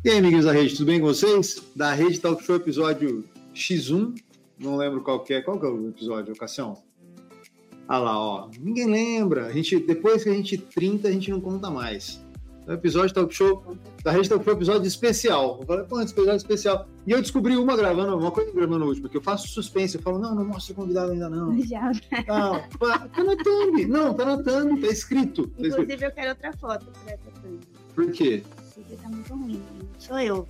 E aí, amiguinhos da rede, tudo bem com vocês? Da Rede Talk Show, episódio X1, não lembro qual que é o episódio, Ocasião? Ah lá, ó, ninguém lembra, depois que a gente 30, a gente não conta mais. É o episódio Talk Show, da Rede Talk Show, episódio especial. Eu falei, esse episódio especial. E eu descobri uma coisa gravando no último, porque eu faço suspense, eu falo, não mostra o convidado ainda não. Já. Tá na thumb, tá na thumb, tá escrito. Inclusive eu quero outra foto pra essa thumb. Por quê? Porque tá muito ruim, sou eu.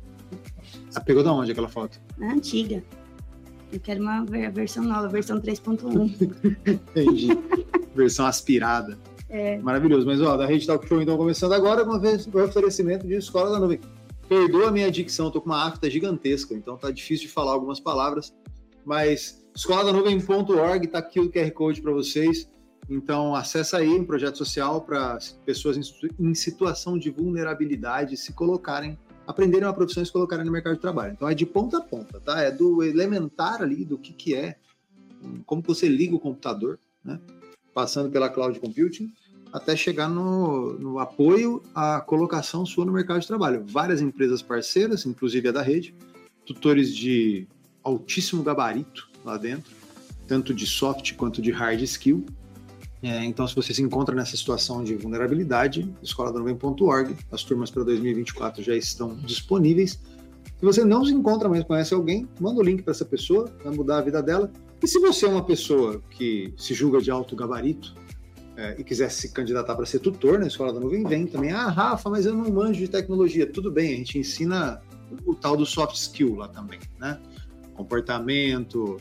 Você pegou da onde aquela foto? Na antiga. Eu quero uma versão nova, versão 3.1. Entendi. Versão aspirada. É. Maravilhoso. Mas, da Rede Talk Show, então, começando agora, uma vez o oferecimento de Escola da Nuvem. Perdoa a minha dicção, tô com uma afta gigantesca, então tá difícil de falar algumas palavras, mas escoladanuvem.org, tá aqui o QR Code para vocês. Então, acessa aí um projeto social para pessoas em situação de vulnerabilidade se colocarem, aprenderem uma profissão e se colocarem no mercado de trabalho. Então, é de ponta a ponta, tá? É do elementar ali, do que é, como você liga o computador, né? Passando pela cloud computing, até chegar no apoio à colocação sua no mercado de trabalho. Várias empresas parceiras, inclusive a da rede, tutores de altíssimo gabarito lá dentro, tanto de soft quanto de hard skill. Então, se você se encontra nessa situação de vulnerabilidade, escoladanuvem.org, as turmas para 2024 já estão disponíveis. Se você não se encontra, mas conhece alguém, manda o link para essa pessoa, vai mudar a vida dela. E se você é uma pessoa que se julga de alto gabarito e quiser se candidatar para ser tutor na Escola da Nuvem, vem também. Ah, Rafa, mas eu não manjo de tecnologia. Tudo bem, a gente ensina o tal do soft skill lá também, né? Comportamento,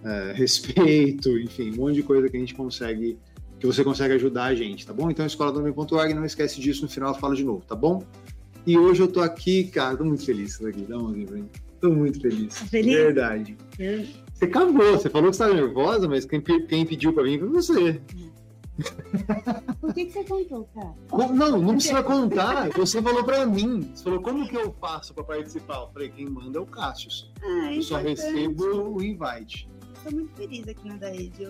respeito, enfim, um monte de coisa que você consegue ajudar a gente, tá bom? Então, escoladanuvem.org, não esquece disso, no final eu falo de novo, tá bom? E hoje eu tô aqui, cara, tô muito feliz aqui, dá uma olhada pra mim. Tô muito feliz. Feliz? Verdade. Você cavou, você falou que você estava nervosa, mas quem pediu pra mim foi você. Por que você contou, cara? Não precisa contar. Você falou pra mim. Você falou, como que eu faço pra participar? Eu falei, quem manda é o Cássio. Eu só recebo o invite. Estou muito feliz aqui na Daede.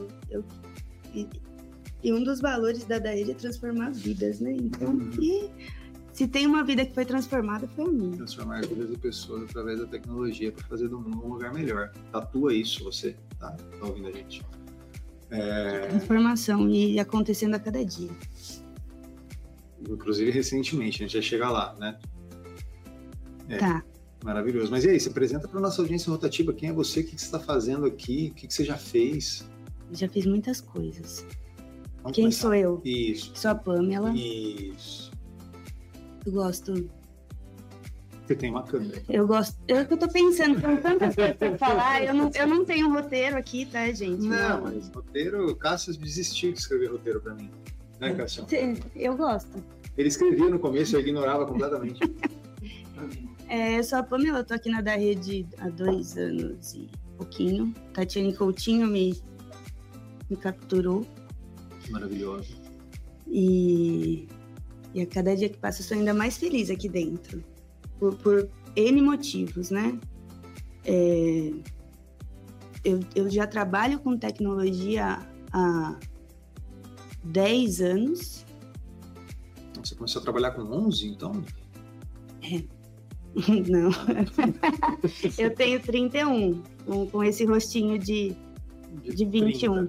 E um dos valores da Daede é transformar vidas, né? Então, se tem uma vida que foi transformada, foi a minha. Transformar vidas de pessoas através da tecnologia para fazer do mundo um lugar melhor. Tatua isso, você tá ouvindo a gente. Transformação e acontecendo a cada dia. Inclusive recentemente, a gente já chega lá, né? Tá. Maravilhoso. Mas e aí, se apresenta para nossa audiência rotativa. Quem é você? O que você está fazendo aqui? O que você já fez? Já fiz muitas coisas. Vamos Quem começar. sou eu? Isso. Sou a Pamela. Isso. Eu gosto. Você tem uma câmera. Eu gosto. Eu tô pensando, tem tantas coisas pra falar. Eu não tenho roteiro aqui, tá, gente? Não, mas roteiro, o Cássio desistiu de escrever roteiro pra mim. Né, Cássio? Eu gosto. Ele escrevia no começo e eu ignorava completamente. Eu sou a Pamela, eu tô aqui na da rede há 2 anos e pouquinho. Tatiane Coutinho me capturou. Maravilhoso. E a cada dia que passa eu sou ainda mais feliz aqui dentro. Por N motivos, né? Eu já trabalho com tecnologia há 10 anos. Você começou a trabalhar com 11, então? Não. Eu tenho 31, com esse rostinho de 21.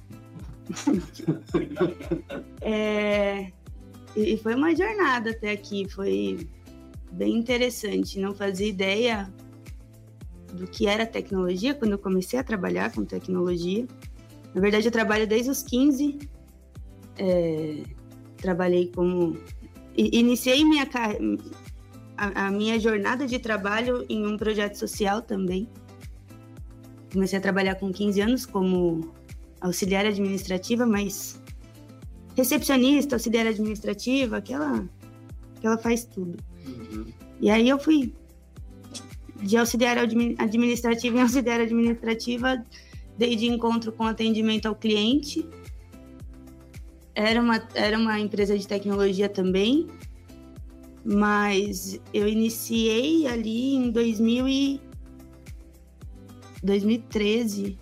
E foi uma jornada até aqui, foi bem interessante. Não fazia ideia do que era tecnologia quando eu comecei a trabalhar com tecnologia. Na verdade, eu trabalho desde os 15. Trabalhei como... Iniciei a minha jornada de trabalho em um projeto social também. Comecei a trabalhar com 15 anos como auxiliar administrativa, mas recepcionista, auxiliar administrativa, que ela faz tudo. Uhum. E aí eu fui de auxiliar administrativa em auxiliar administrativa, dei de encontro com atendimento ao cliente. Era uma empresa de tecnologia também, mas eu iniciei ali em 2013,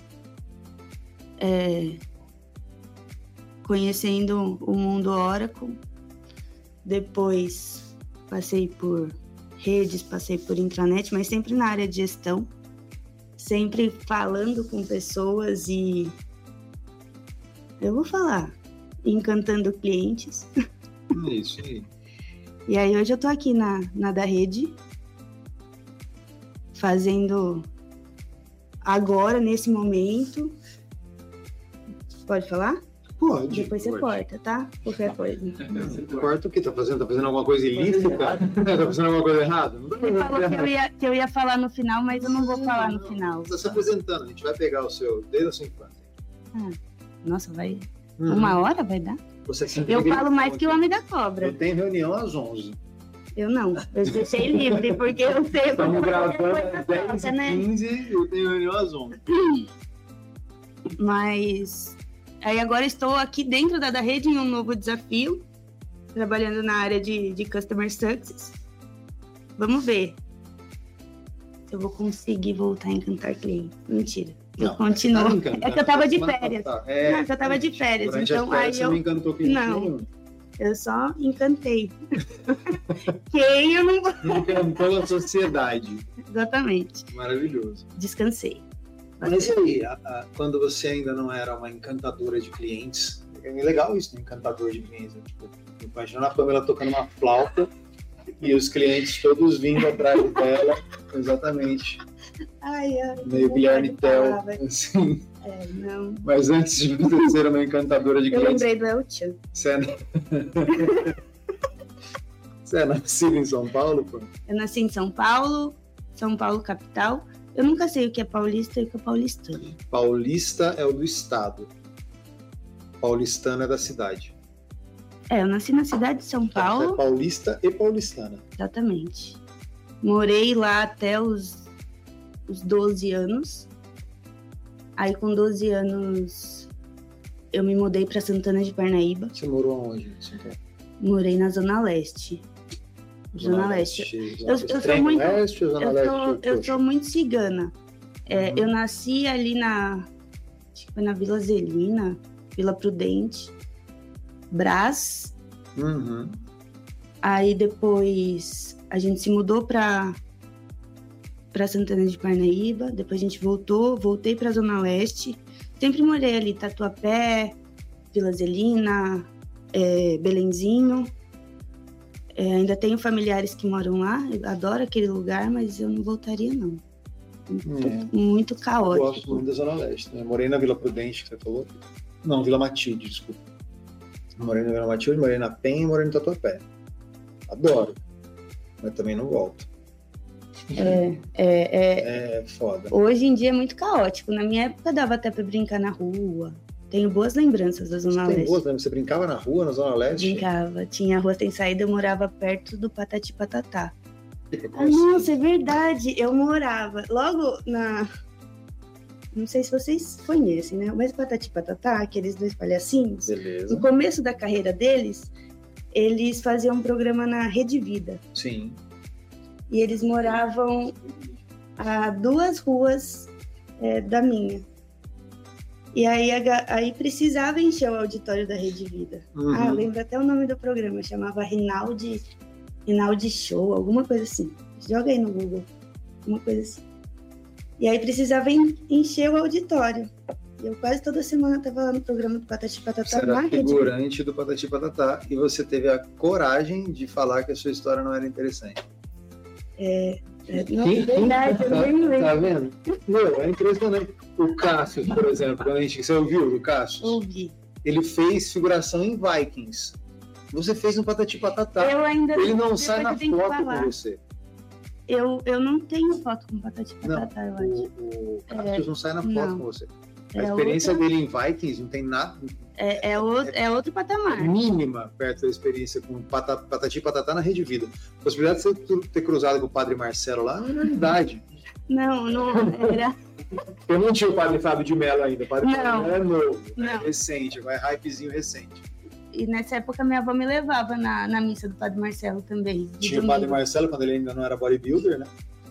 conhecendo o mundo Oracle. Depois passei por redes, passei por intranet, mas sempre na área de gestão, sempre falando com pessoas e, eu vou falar, encantando clientes. É isso aí. E aí hoje eu tô aqui na da rede, fazendo agora, nesse momento. Pode falar? Pode. Depois você corta, tá? Qualquer coisa. Corta o que? Tá fazendo alguma coisa ilícita? Tá fazendo alguma coisa errada? Ele falou que eu ia falar no final, mas eu não vou falar no final. Você tá se apresentando, a gente vai pegar o seu, desde a sua infância. Nossa, vai... Uma hora vai dar? Eu falo mais que o Homem da Cobra. Eu tenho reunião às 11. Eu não, eu deixei livre, porque eu sei... Estamos gravando às 10h15, eu tenho reunião às 11. Mas... Aí agora estou aqui dentro da rede em um novo desafio, trabalhando na área de Customer Success. Vamos ver se eu vou conseguir voltar a encantar clientes. Mentira. Eu continuo. É que eu tava de férias. Não, eu tava de férias. Então aí você não encantou cliente não. Eu só encantei. Quem eu não... Encantou a sociedade. Exatamente. Maravilhoso. Descansei. Mas e aí, quando você ainda não era uma encantadora de clientes, é legal isso, né? Encantador de clientes. Né? Tipo, imagina a Pamela tocando uma flauta e os clientes todos vindo atrás dela, exatamente. Meio Guilherme Tell, assim. Não. Mas antes de você ser uma encantadora de clientes... Eu lembrei do El Chan. Você é nascida em São Paulo, pô? Eu nasci em São Paulo capital. Eu nunca sei o que é paulista e o que é paulistano. Paulista é o do estado. Paulistano é da cidade. Eu nasci na cidade de São Paulo. É paulista e paulistana. Exatamente. Morei lá até os 12 anos. Aí com 12 anos eu me mudei para Santana de Parnaíba. Você morou aonde? Morei na Zona Leste. Zona Leste. Eu sou muito. Leste, Zona Leste, eu sou muito cigana. Eu nasci ali acho que foi na Vila Zelina, Vila Prudente, Brás. Aí depois a gente se mudou para Santana de Parnaíba. Depois a gente voltei para Zona Leste. Sempre morei ali, Tatuapé, Vila Zelina, Belenzinho. Ainda tenho familiares que moram lá, eu adoro aquele lugar, mas eu não voltaria, não. Muito caótico. Eu gosto muito da Zona Leste, né? Morei na Vila Prudente, que você falou. Não, Vila Matilde, desculpa. Morei na Vila Matilde, morei na Penha e morei no Tatuapé. Adoro, mas também não volto. É foda. Hoje em dia é muito caótico. Na minha época dava até pra brincar na rua. Tenho boas lembranças da Zona Leste. Você brincava na rua, na Zona Leste? Brincava. Tinha a rua sem saída, eu morava perto do Patati Patatá. Nossa, é verdade. Eu morava logo na... Não sei se vocês conhecem, né? Mas Patati Patatá, aqueles dois palhacinhos. Beleza. No começo da carreira deles, eles faziam um programa na Rede Vida. Sim. E eles moravam a 2 ruas da minha. E aí precisava encher o auditório da Rede Vida. Eu lembro até o nome do programa, chamava Rinaldi Show, alguma coisa assim. Joga aí no Google, alguma coisa assim. E aí precisava encher o auditório. Eu quase toda semana estava lá no programa do Patati Patatá. Você era figurante do Patati Patatá e você teve a coragem de falar que a sua história não era interessante. Não, é verdade, eu nem lembro. Tá vendo? É impressionante. O Cassius, por exemplo, você ouviu o Cassius? Ouvi. Ele fez figuração em Vikings. Você fez no Patati Patatá. Ele não sai na foto com você. Eu não tenho foto com Patati Patatá, eu acho. O Cassius não sai na foto com você. A experiência dele em Vikings não tem nada... É outro patamar. Mínima perto da experiência com Patati Patatá na Rede Vida. A possibilidade de você ter cruzado com o Padre Marcelo lá é verdade. Não era... Eu não tinha o Padre Fábio de Mello ainda. O Padre Fábio é novo, é recente, é hypezinho recente. E nessa época minha avó me levava na missa do Padre Marcelo também. Tinha o Padre Marcelo quando ele ainda não era bodybuilder, né?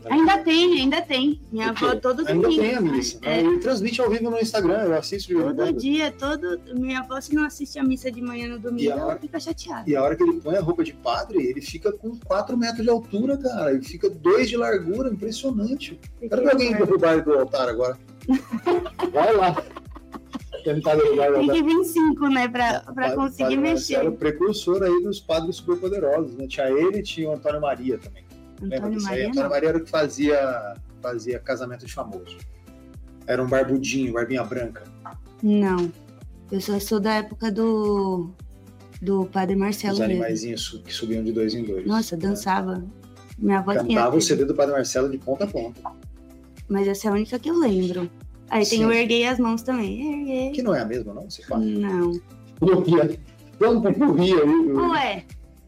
Ainda tem. Minha avó todo domingo. Ainda tem a missa. Ele transmite ao vivo no Instagram, eu assisto de todo dia. Minha avó, se não assiste a missa de manhã no domingo, ela fica chateada. E a hora que ele põe a roupa de padre, ele fica com 4 metros de altura, cara. Ele fica 2 de largura, impressionante. Quero ver alguém derrubar ele do altar agora. Vai lá. Tem que vir 5, né, pra conseguir mexer. Era o precursor aí dos padres superpoderosos, né? Tinha ele e tinha o Antônio Maria também. Antônio Maria, Antônio Maria era o que fazia casamento de famoso. Era um barbinha branca. Não. Eu só sou da época do Padre Marcelo. Os animaizinhos que subiam de 2 em 2. Nossa, dançava. Né? Minha avó cantava o CD do Padre Marcelo de ponta a ponta. Mas essa é a única que eu lembro. Aí tem o Erguei as Mãos também. Erguei. Que não é a mesma, não? Você fala? Não. Vamos pro Rio aí. Ué.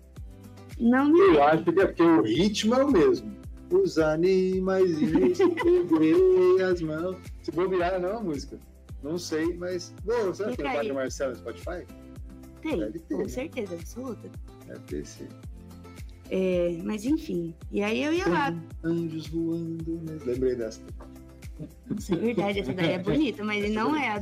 Não eu acho que é porque o ritmo é o mesmo. Os animaizinhos, erguei as mãos. Se bobear, não é uma música. Não sei, mas... Bom, será que tem o Padre Marcelo no Spotify? Tem, com certeza absoluta. Deve ter sim. Mas enfim, e aí eu ia lá. Anjos voando, né? Lembrei dessa. Nossa, é verdade, essa daí é bonita, mas não é a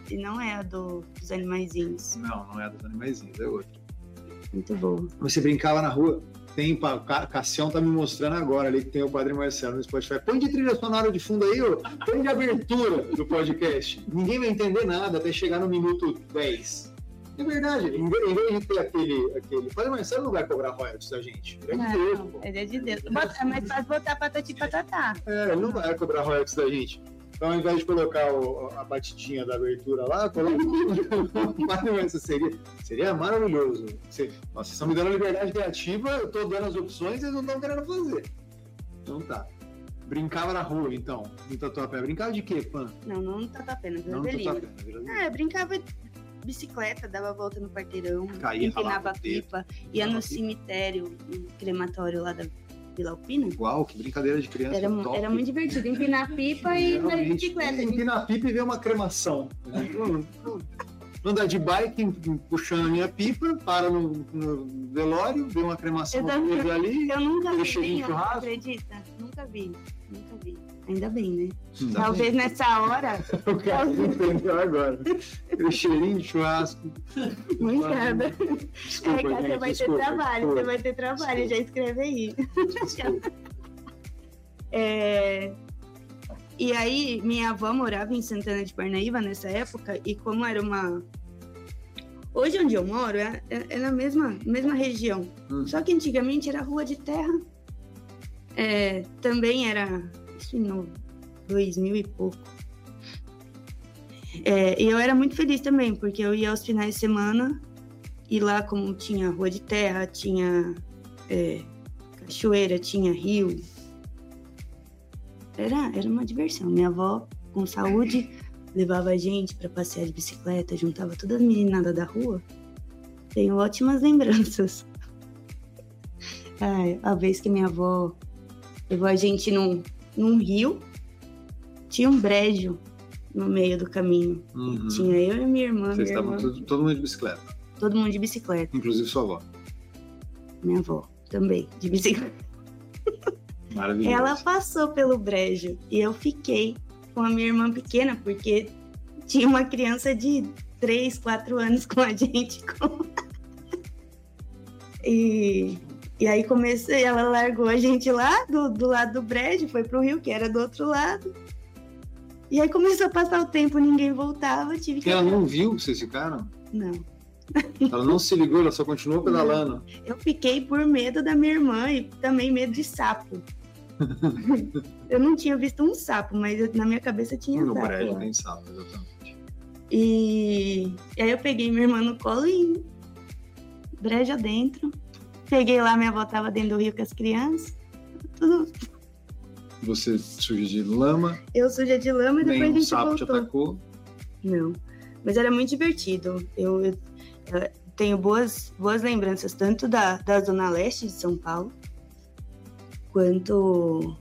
dos animaizinhos. Não é a dos animaizinhos, é outra. Muito boa. Você brincava na rua? Tem, Cassião tá me mostrando agora ali que tem o Padre Marcelo no Spotify. Põe de trilha sonora de fundo aí, ó. Põe de abertura do podcast. Ninguém vai entender nada até chegar no minuto 10. É verdade, em vez de ter aquele... O Padre Marcelo não vai cobrar royalties da gente. Ele é de Deus, pô. Ele é de Deus. É mais fácil botar patati patatá. Ele não vai cobrar royalties da gente. Então, ao invés de colocar a batidinha da abertura lá, coloca o Padre Marcelo. Seria maravilhoso. Nossa, vocês estão me dando liberdade criativa, eu tô dando as opções e eles não estão querendo fazer. Então tá. Brincava na rua, então, no Tatuapé. Brincava de quê, Pan? Não no Tatuapé, na Vila Avelina. Brincava bicicleta, dava a volta no quarteirão, empinava a pipa, ia no cemitério, no crematório lá da Vila Alpina. Uau, que brincadeira de criança. Era muito divertido, empinar a pipa e andar de bicicleta. Empinar a pipa e ver uma cremação. Andar de bike, puxando a minha pipa, para no velório, ver uma cremação ali. Eu nunca vi, acredita? Nunca vi. Ainda bem, né? Talvez nessa hora... O cara entendeu agora. Aquele cheirinho de churrasco. Obrigada. Desculpa, você vai ter trabalho, já escreve aí. E aí, minha avó morava em Santana de Parnaíba nessa época, e como era uma... Hoje onde eu moro é na mesma região. Só que antigamente era rua de terra. Também era... Isso em 2000 e pouco. E eu era muito feliz também, porque eu ia aos finais de semana, e lá como tinha rua de terra, tinha cachoeira, tinha rio. Era uma diversão. Minha avó, com saúde, levava a gente para passear de bicicleta, juntava todas as meninadas da rua. Tenho ótimas lembranças. A vez que minha avó levou a gente num rio, tinha um brejo no meio do caminho. Tinha eu e minha irmã. Vocês estavam todo mundo de bicicleta? Todo mundo de bicicleta. Inclusive sua avó? Minha avó também, de bicicleta. Maravilhoso. Ela passou pelo brejo e eu fiquei com a minha irmã pequena, porque tinha uma criança de 3, 4 anos com a gente. E aí ela largou a gente lá do lado do brejo, foi pro rio, que era do outro lado. E aí começou a passar o tempo, ninguém voltava. Ela não viu que vocês ficaram? Não. Ela não se ligou, ela só continuou pedalando. Não. Eu fiquei por medo da minha irmã e também medo de sapo. Eu não tinha visto um sapo, mas na minha cabeça tinha sapo. No brejo tem sapo, exatamente. E aí eu peguei minha irmã no colo e brejo dentro. Peguei lá, minha avó tava dentro do rio com as crianças. Tudo. Você suja de lama? Eu suja de lama e depois a gente voltou. Nem um sapo te atacou? Não, mas era muito divertido. Eu tenho boas lembranças, tanto da Zona Leste de São Paulo, quanto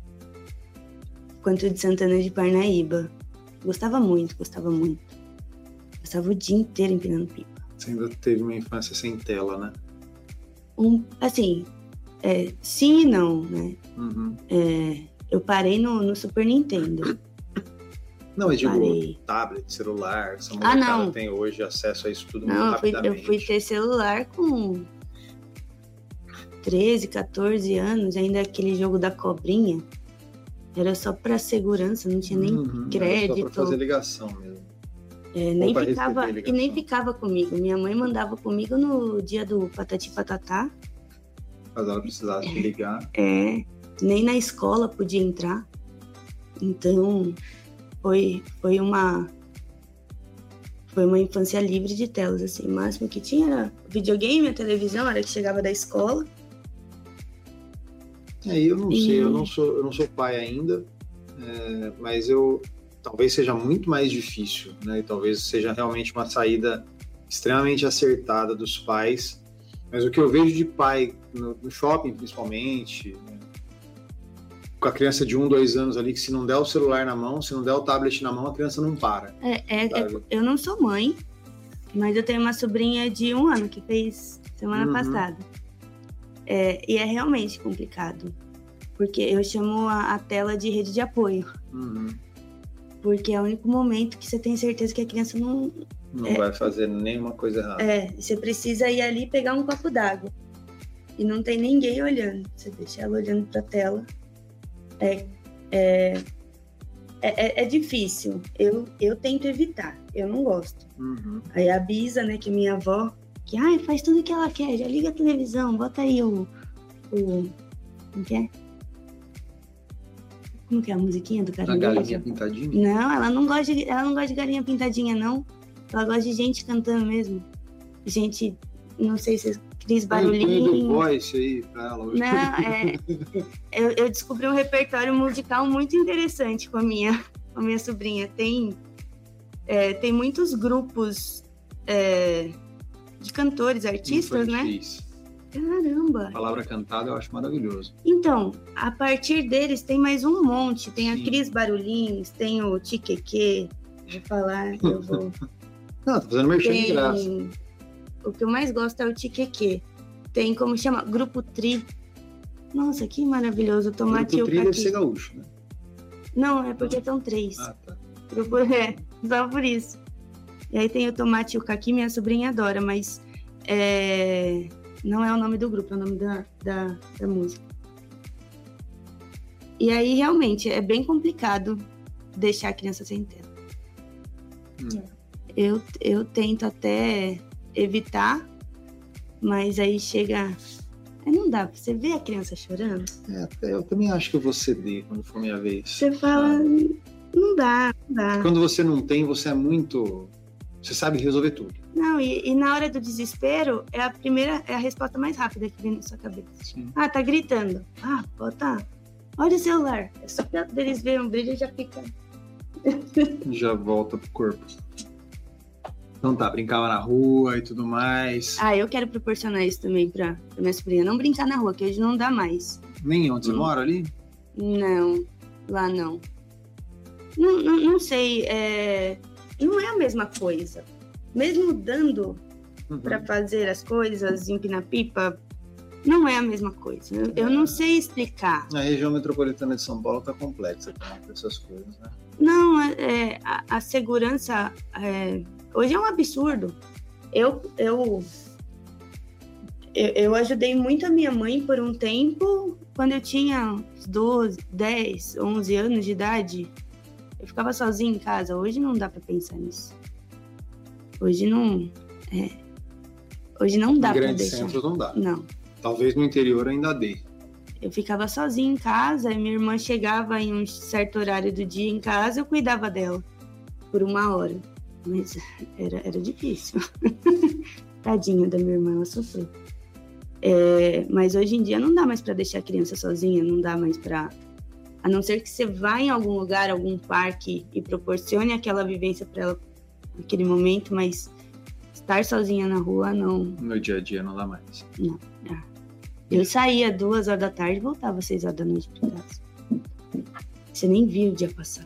de Santana de Parnaíba. Gostava muito. Passava o dia inteiro empinando pipa. Você ainda teve uma infância sem tela, né? Assim, sim e não, né? Uhum. Eu parei no Super Nintendo. Não, mas digo, tablet, celular, essa molecada tem hoje acesso a isso tudo muito rapidamente. Eu fui ter celular com 13, 14 anos, ainda aquele jogo da cobrinha. Era só para segurança, não tinha nem crédito. Era só para fazer ligação mesmo. Nem ficava comigo. Minha mãe mandava comigo no dia do Patati Patatá. Caso ela precisasse de ligar. Nem na escola podia entrar. Então, foi uma infância livre de telas, assim. O máximo que tinha era videogame, a televisão, a hora que chegava da escola. Eu não sei, eu não sou pai ainda, mas talvez seja muito mais difícil, né? E talvez seja realmente uma saída extremamente acertada dos pais. Mas o que eu vejo de pai no shopping, principalmente, né? Com a criança de 1, 2 anos ali, que se não der o celular na mão, se não der o tablet na mão, a criança não para. Eu não sou mãe, mas eu tenho uma sobrinha de 1 ano que fez semana passada. E é realmente complicado, porque eu chamo a tela de rede de apoio. Porque é o único momento que você tem certeza que a criança não vai fazer nenhuma coisa errada. Você precisa ir ali e pegar um copo d'água. E não tem ninguém olhando. Você deixa ela olhando pra tela. É difícil. Eu tento evitar. Eu não gosto. Aí a Bisa, né, que é minha avó, que faz tudo o que ela quer, já liga a televisão, bota aí o como que é? Como que é a musiquinha do caranguejo? A galinha pintadinha? Não, ela não gosta de galinha pintadinha, não. Ela gosta de gente cantando mesmo. Gente, não sei se Cris Barulhinho. Do Voice aí pra ela hoje. Não, eu descobri um repertório musical muito interessante com a minha sobrinha. Tem muitos grupos de cantores, artistas, infantis, né? Caramba! A palavra cantada eu acho maravilhoso. Então, a partir deles tem mais um monte. Tem a Cris Barulhinhos, tem o Tiqueque. Vou falar, eu vou... Não, tô fazendo merchan de graça. O que eu mais gosto é o Tiqueque. Tem, como chama? Grupo Tri. Nossa, que maravilhoso. Tomate e o Caqui. Grupo Tri deve ser gaúcho, né? Não, é porque são 3. Ah, tá. Grupo, só por isso. E aí tem o Tomate e o Caqui, minha sobrinha adora, mas não é o nome do grupo, é o nome da música. E aí, realmente, é bem complicado deixar a criança sem tela. Eu tento até evitar, mas aí chega... não dá, você vê a criança chorando. Eu também acho que eu vou ceder quando for minha vez. Você fala, não dá. Quando você não tem, você é muito... Você sabe resolver tudo. Não, e na hora do desespero, é a resposta mais rápida que vem na sua cabeça. Sim. Tá gritando. Bota... Olha o celular. É só pra eles verem um brilho e já fica... Já volta pro corpo. Então brincava na rua e tudo mais. Eu quero proporcionar isso também pra minha sobrinha. Não brincar na rua, que hoje não dá mais. Nem onde você mora ali? Não, lá não. Não sei, não é a mesma coisa. Mesmo dando pra fazer as coisas, empinar pipa, não é a mesma coisa. Eu não sei explicar. A região metropolitana de São Paulo tá complexa com essas coisas, né? Não, a segurança hoje é um absurdo. Eu ajudei muito a minha mãe por um tempo, quando eu tinha uns 12, 10, 11 anos de idade. Eu ficava sozinha em casa. Hoje não dá pra pensar nisso. Hoje não dá pra deixar. Em grandes centros não dá. Não. Talvez no interior ainda dê. Eu ficava sozinha em casa, e minha irmã chegava em um certo horário do dia em casa, eu cuidava dela por 1 hora. Mas era difícil. Tadinha da minha irmã, ela sofreu. Mas hoje em dia não dá mais para deixar a criança sozinha, não dá mais para... A não ser que você vá em algum lugar, algum parque, e proporcione aquela vivência para ela naquele momento, mas estar sozinha na rua, não... No dia a dia não dá mais. Não, dá. Eu saía 2 horas da tarde e voltava 6 horas da noite para casa. Você nem via o dia passar.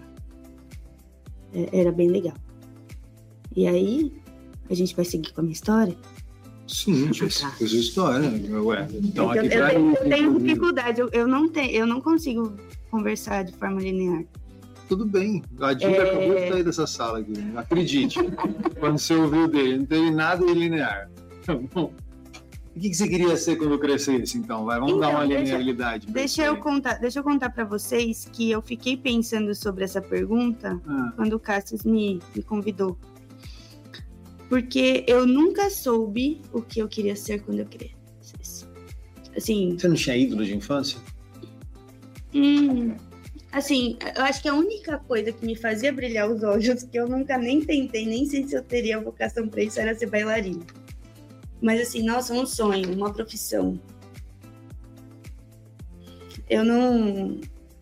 Era bem legal. E aí, a gente vai seguir com a minha história. Sim, fez história. Ué, então eu tenho dificuldade, eu não consigo conversar de forma linear. Tudo bem, a Adílio acabou de sair dessa sala aqui, acredite. Quando você ouviu dele, não teve nada de linear. Bom, o que você queria ser quando crescesse, então? Vamos dar uma linearidade. Deixa eu contar para vocês que eu fiquei pensando sobre essa pergunta quando o Cassius me convidou. Porque eu nunca soube o que eu queria ser quando eu crescesse. Assim, você não tinha ídolo de infância? Assim, eu acho que a única coisa que me fazia brilhar os olhos, que eu nunca nem tentei, nem sei se eu teria vocação para isso, era ser bailarina. Mas assim, nossa, um sonho, uma profissão. Eu não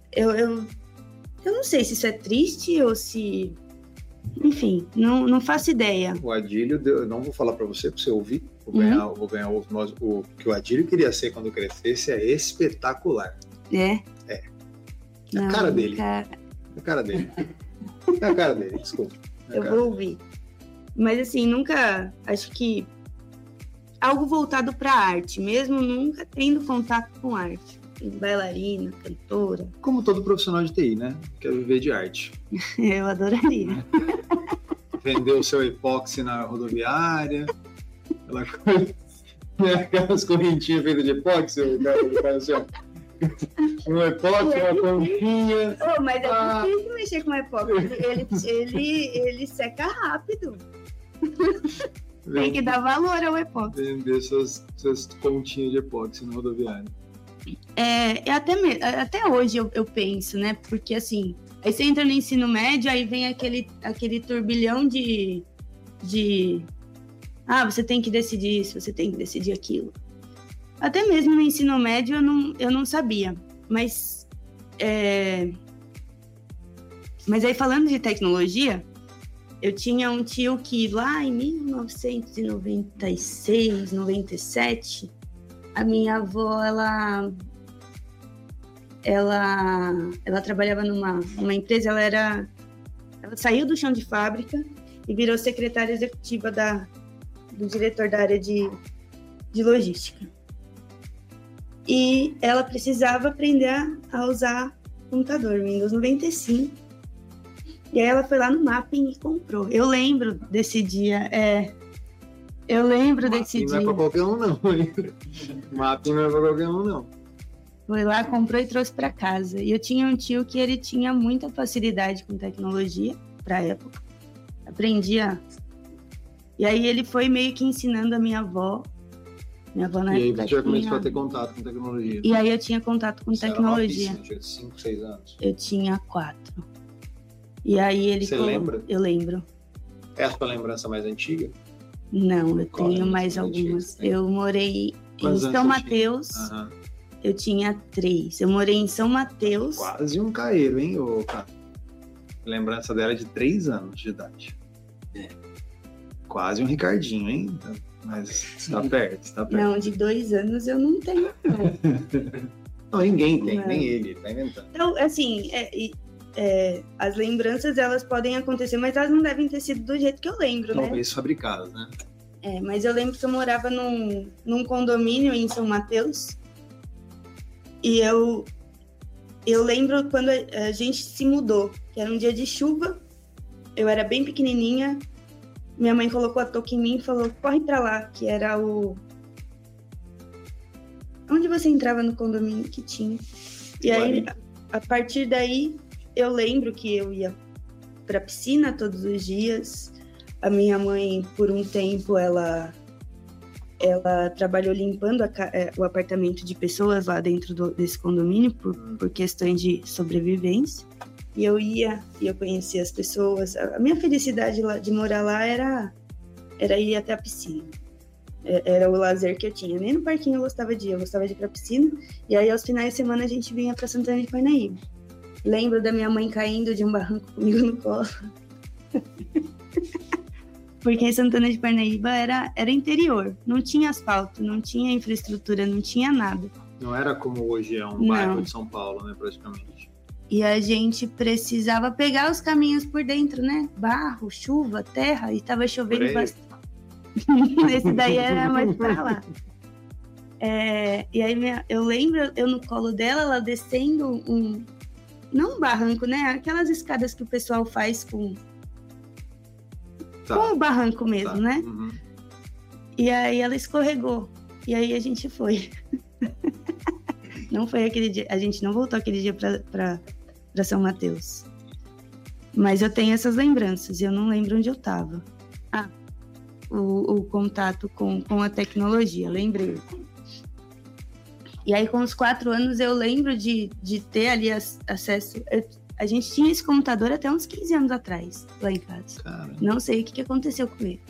sei se isso é triste ou se... Enfim, não faço ideia. O Adílio, eu não vou falar para você ouvir. Vou ganhar o que o Adílio queria ser quando crescesse é espetacular. É? É. A cara dele. A cara dele. É a cara dele, desculpa. Eu vou ouvir. Mas assim, nunca... Acho que algo voltado para arte, mesmo nunca tendo contato com arte. Bailarina, cantora. Como todo profissional de TI, né? Quer viver de arte. Eu adoraria. Vender o seu epóxi na rodoviária. Aquelas correntinhas feitas de epóxi. Um epóxi, uma pontinha. Mas é difícil mexer com epóxi. Ele seca rápido. Tem que dar valor ao epóxi. Vender suas pontinhas de epóxi na rodoviária. Até hoje eu penso, né? Porque assim, aí você entra no ensino médio, aí vem aquele turbilhão de você tem que decidir isso, você tem que decidir aquilo. Até mesmo no ensino médio eu não sabia. Mas aí falando de tecnologia, eu tinha um tio que lá em 1996, 97, a minha avó, ela trabalhava numa empresa, ela saiu do chão de fábrica e virou secretária executiva do diretor da área de logística. E ela precisava aprender a usar computador, Windows 95. E aí ela foi lá no Mapping e comprou. Eu lembro desse dia, Eu lembro desse dia. Não é pra qualquer um, não. Mapping não é pra qualquer um, não. Foi lá, comprou e trouxe pra casa. E eu tinha um tio que ele tinha muita facilidade com tecnologia pra época. Aprendia. E aí ele foi meio que ensinando a minha avó. Minha avó na época. E aí você já começou a ter contato com tecnologia. E aí eu tinha contato com tecnologia. Você tinha 5, 6 anos? Eu tinha 4. E aí ele... Você lembra? Eu lembro. É a sua lembrança mais antiga? Não, eu tenho mais algumas. Eu morei em São Mateus. Eu tinha 3. Eu morei em São Mateus. Quase um caeiro, hein, ô cara? Lembrança dela é de 3 anos de idade. Quase um Ricardinho, hein? Mas está perto. Não, de 2 anos eu não tenho. Não, ninguém tem, nem ele tá inventando. Então, assim, as lembranças, elas podem acontecer, mas elas não devem ter sido do jeito que eu lembro, né? Talvez fabricadas, né? Mas eu lembro que eu morava num condomínio em São Mateus. E eu lembro quando a gente se mudou, que era um dia de chuva. Eu era bem pequenininha. Minha mãe colocou a touca em mim e falou, corre pra lá, que era onde você entrava no condomínio que tinha. E aí, a partir daí, eu lembro que eu ia pra piscina todos os dias. A minha mãe, por um tempo, ela trabalhou limpando o apartamento de pessoas lá dentro desse condomínio por questões de sobrevivência. E eu ia e eu conhecia as pessoas. A minha felicidade de morar lá era ir até a piscina. Era o lazer que eu tinha. Nem no parquinho eu gostava de ir pra piscina. E aí, aos finais de semana, a gente vinha pra Santana de Parnaíba. Lembro da minha mãe caindo de um barranco comigo no colo. Porque em Santana de Parnaíba era interior. Não tinha asfalto, não tinha infraestrutura, não tinha nada. Não era como hoje é um bairro de São Paulo, né, praticamente. E a gente precisava pegar os caminhos por dentro, né? Barro, chuva, terra, e tava chovendo bastante. Esse daí era mais pra lá. E aí eu lembro, eu no colo dela, ela descendo não um barranco, né? Aquelas escadas que o pessoal faz com o barranco mesmo, né? Uhum. E aí ela escorregou. E aí a gente foi. Não foi aquele dia. A gente não voltou aquele dia pra São Mateus. Mas eu tenho essas lembranças. E eu não lembro onde eu tava. O contato com a tecnologia. Lembrei. E aí, com os 4 anos, eu lembro de ter ali acesso. A gente tinha esse computador até uns 15 anos atrás, lá em casa. Caramba. Não sei o que aconteceu com ele.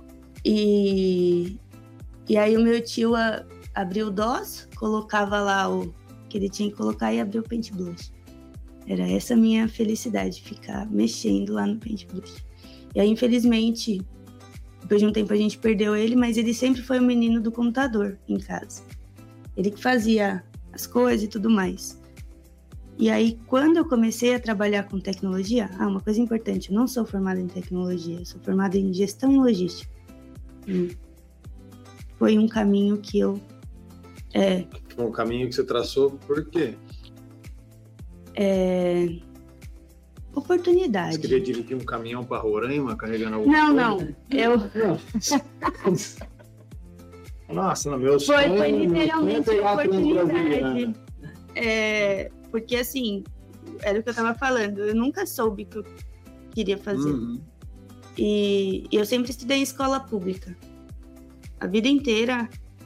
E aí, o meu tio abriu o DOS, colocava lá o que ele tinha que colocar e abriu o Paint Blush. Era essa a minha felicidade, ficar mexendo lá no Paint Blush. E aí, infelizmente, depois de um tempo a gente perdeu ele, mas ele sempre foi o menino do computador em casa. Ele que fazia as coisas e tudo mais. E aí, quando eu comecei a trabalhar com tecnologia... uma coisa importante, eu não sou formada em tecnologia, eu sou formada em gestão e logística. Foi um caminho que eu... Foi um caminho que você traçou por quê? Oportunidade. Você queria dirigir um caminhão para Roraima, carregando alguma coisa? Não. Nossa, no meu sonho... Foi literalmente oportunidade. Porque, assim, era o que eu tava falando. Eu nunca soube o que eu queria fazer. Uhum. E eu sempre estudei em escola pública. A vida inteira,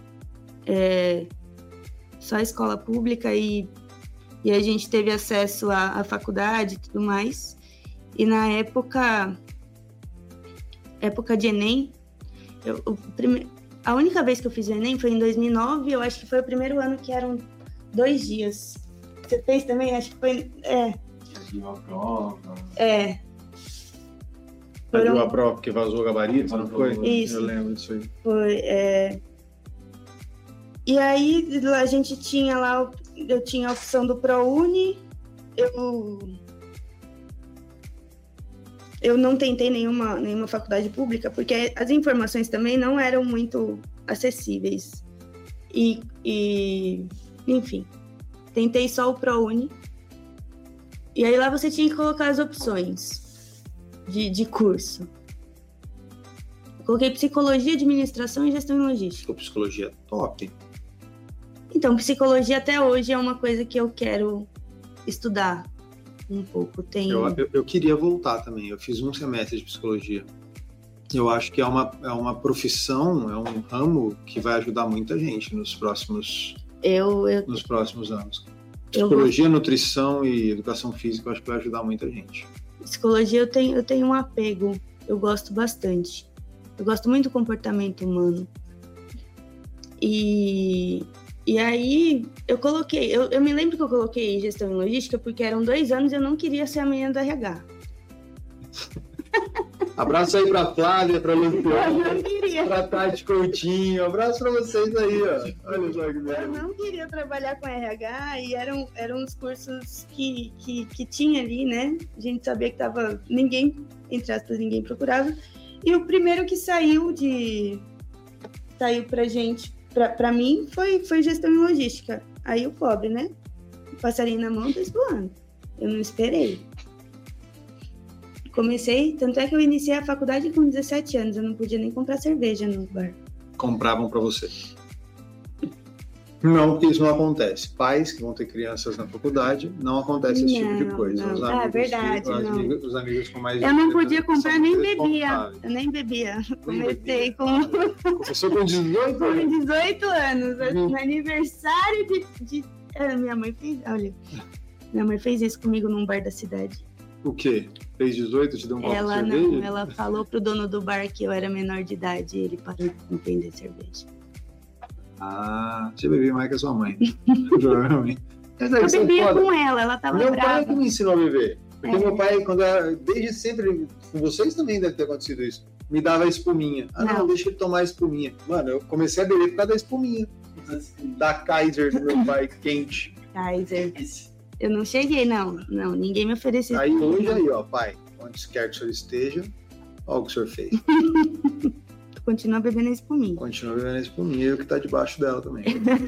só escola pública e a gente teve acesso à faculdade e tudo mais. E na época de Enem, a única vez que eu fiz o Enem foi em 2009, eu acho que foi o primeiro ano que eram 2 dias. Você fez também? Acho que foi... A prova. Adiou a prova porque vazou o gabarito, não foi? Isso. Eu lembro disso aí. Foi, E aí, a gente tinha lá... Eu tinha a opção do ProUni. Eu não tentei nenhuma faculdade pública, porque as informações também não eram muito acessíveis. Enfim, tentei só o ProUni. E aí lá você tinha que colocar as opções de curso. Eu coloquei psicologia, administração e gestão e logística. Psicologia top. Então, psicologia até hoje é uma coisa que eu quero estudar um pouco. Eu queria voltar também. Eu fiz um semestre de psicologia. Eu acho que é uma profissão, é um ramo que vai ajudar muita gente nos próximos anos. Psicologia, nutrição e educação física, eu acho que vai ajudar muita gente. Psicologia, eu tenho um apego. Eu gosto bastante. Eu gosto muito do comportamento humano. E aí, eu me lembro que eu coloquei gestão e logística porque eram 2 anos e eu não queria ser a menina do RH. Abraço aí pra Flávia, pra Luciana, Eu não queria. pra Tati Coutinho. Abraço pra vocês aí, ó. Olha só que beleza. Eu não queria trabalhar com RH e eram os cursos que tinha ali, né? A gente sabia que tava... Ninguém, entre aspas, ninguém procurava. E o primeiro que saiu pra gente... Pra mim, foi gestão e logística. Aí o pobre, né? O passarinho na mão, tá voando. Eu não esperei. Comecei, tanto é que eu iniciei a faculdade com 17 anos. Eu não podia nem comprar cerveja no bar. Compravam pra você. Não, porque isso não acontece. Pais que vão ter crianças na faculdade, não acontece esse tipo de coisa. Não. Os amigos, Verdade, os amigos com mais... Eu não podia comprar, nem bebia. Eu nem bebia. Comecei Começou com 18 anos? Com 18 anos. No aniversário de... Minha mãe fez... Olha, minha mãe fez isso comigo num bar da cidade. O quê? Fez 18, te deu um copo de cerveja? Não, ela falou pro dono do bar que eu era menor de idade e ele parou de vender cerveja. Você bebia mais que a sua mãe. Provavelmente. Eu bebia com ela tava meu brava. Meu pai que me ensinou a beber. Porque meu pai, desde sempre, com vocês também deve ter acontecido isso, me dava espuminha. Não, deixa ele tomar espuminha. Mano, eu comecei a beber por causa da espuminha. Da Kaiser do meu pai, quente. Kaiser. Eu não cheguei, não, ninguém me ofereceu. Aí hoje, ó, pai, onde quer que o senhor esteja, olha o que o senhor fez. continua bebendo espuminha. Continua bebendo espuminha e o que tá debaixo dela também.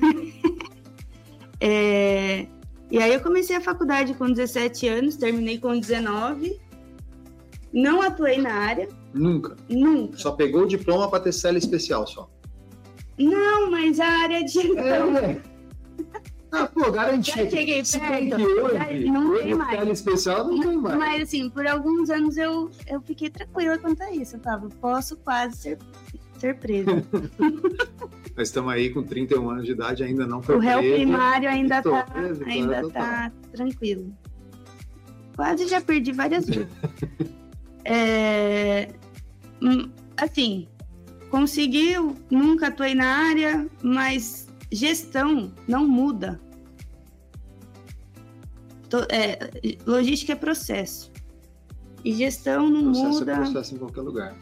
E aí eu comecei a faculdade com 17 anos, terminei com 19. Não atuei na área. Nunca? Nunca. Só pegou o diploma para ter cela especial só? Não, mas a área de... Ah, pô, garantido. Já cheguei perto. Não tem mais. Cela especial não tem mais. Mas assim, por alguns anos eu fiquei tranquila quanto a isso. Eu falava, posso quase ser presa. Nós estamos aí com 31 anos de idade, ainda não foi o réu preso. Primário ainda tá tranquilo. Quase já perdi várias vezes. Assim, conseguiu, nunca atuei na área, mas gestão não muda. Logística é processo. E gestão não muda. É processo em qualquer lugar.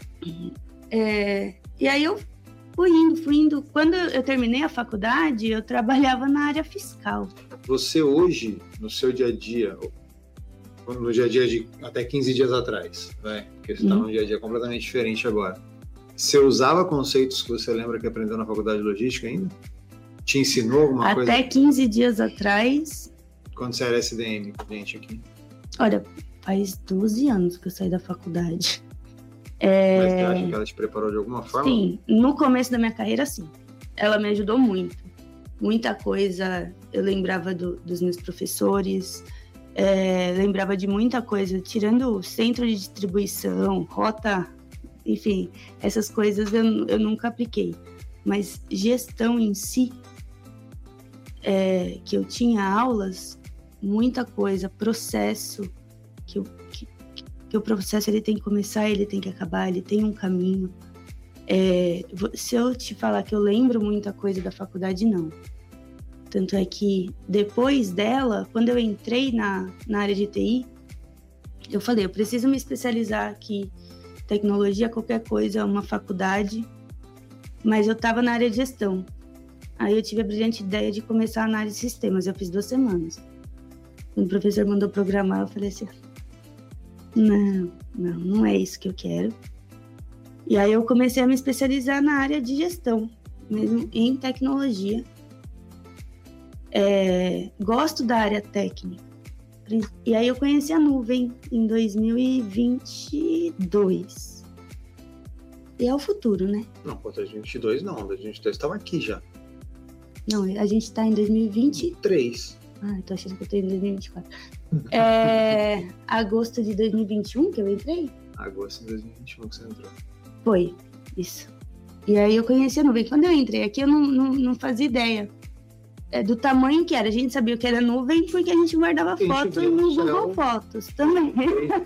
E aí eu fui indo. Quando eu terminei a faculdade, eu trabalhava na área fiscal. Você hoje, no seu dia a dia, no dia a dia de até 15 dias atrás, né? Porque você está num dia a dia completamente diferente agora. Você usava conceitos que você lembra que aprendeu na faculdade de logística ainda? Te ensinou alguma coisa? Até 15 dias atrás. Quando você era SDM, gente, aqui? Olha, faz 12 anos que eu saí da faculdade. Mas você acha que ela te preparou de alguma forma? Sim, no começo da minha carreira, sim. Ela me ajudou muito. Muita coisa eu lembrava dos meus professores, lembrava de muita coisa, tirando o centro de distribuição, rota, enfim, essas coisas eu nunca apliquei. Mas gestão em si, que eu tinha aulas, muita coisa, processo, que o processo ele tem que começar, ele tem que acabar, ele tem um caminho. Se eu te falar que eu lembro muita coisa da faculdade, não. Tanto é que depois dela, quando eu entrei na área de TI, eu falei, eu preciso me especializar aqui. Tecnologia, qualquer coisa, é uma faculdade. Mas eu estava na área de gestão. Aí eu tive a brilhante ideia de começar na área de sistemas. Eu fiz 2 semanas. Quando o professor mandou programar, eu falei assim, não é isso que eu quero. E aí eu comecei a me especializar na área de gestão, mesmo em tecnologia. Gosto da área técnica. E aí eu conheci a nuvem em 2022. E é o futuro, né? Não, 2022 não. 2022 estava aqui já. Não, a gente está em 2023. 3. Eu tô achando que eu tô em 2024. Agosto de 2021 que eu entrei? Agosto de 2021 que você entrou. Foi, isso. E aí eu conheci a nuvem. Quando eu entrei aqui, eu não fazia ideia do tamanho que era. A gente sabia o que era nuvem porque a gente guardava fotos no Google Fotos também.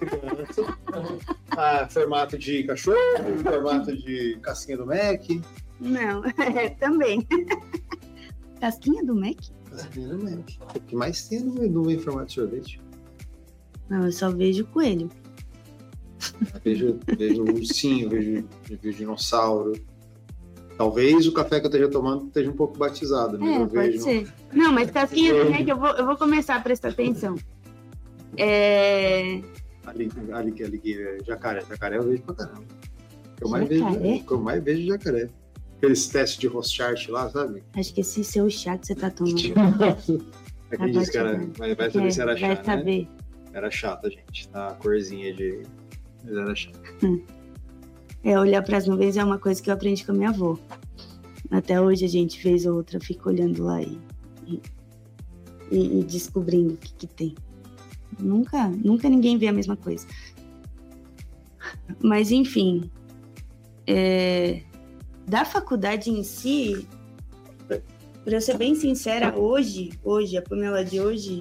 Formato de cachorro, formato de casquinha do Mac. Não, também. Casquinha do Mac? Casquinha do Mac. O que mais tem nuvem em formato de sorvete? Não, eu só vejo coelho. Vejo ursinho, vejo dinossauro. Talvez o café que eu esteja tomando esteja um pouco batizado. Mas eu pode vejo... ser. Não, mas casquinha do Mac eu vou começar a prestar atenção. Ali, jacaré. Jacaré eu vejo pra caramba. O que eu mais vejo é jacaré. Aqueles testes de Rorschach lá, sabe? Acho que esse seu chá que você tá tomando. Aqui disse que era... Vai saber se era chá, vai saber. Né? Era chata, gente. A corzinha de... Mas era chata. Olhar para as nuvens é uma coisa que eu aprendi com a minha avó. Até hoje a gente vez ou outra fica olhando lá e descobrindo o que tem. Nunca ninguém vê a mesma coisa. Mas enfim, da faculdade em si, para eu ser bem sincera, hoje a Pamela de hoje,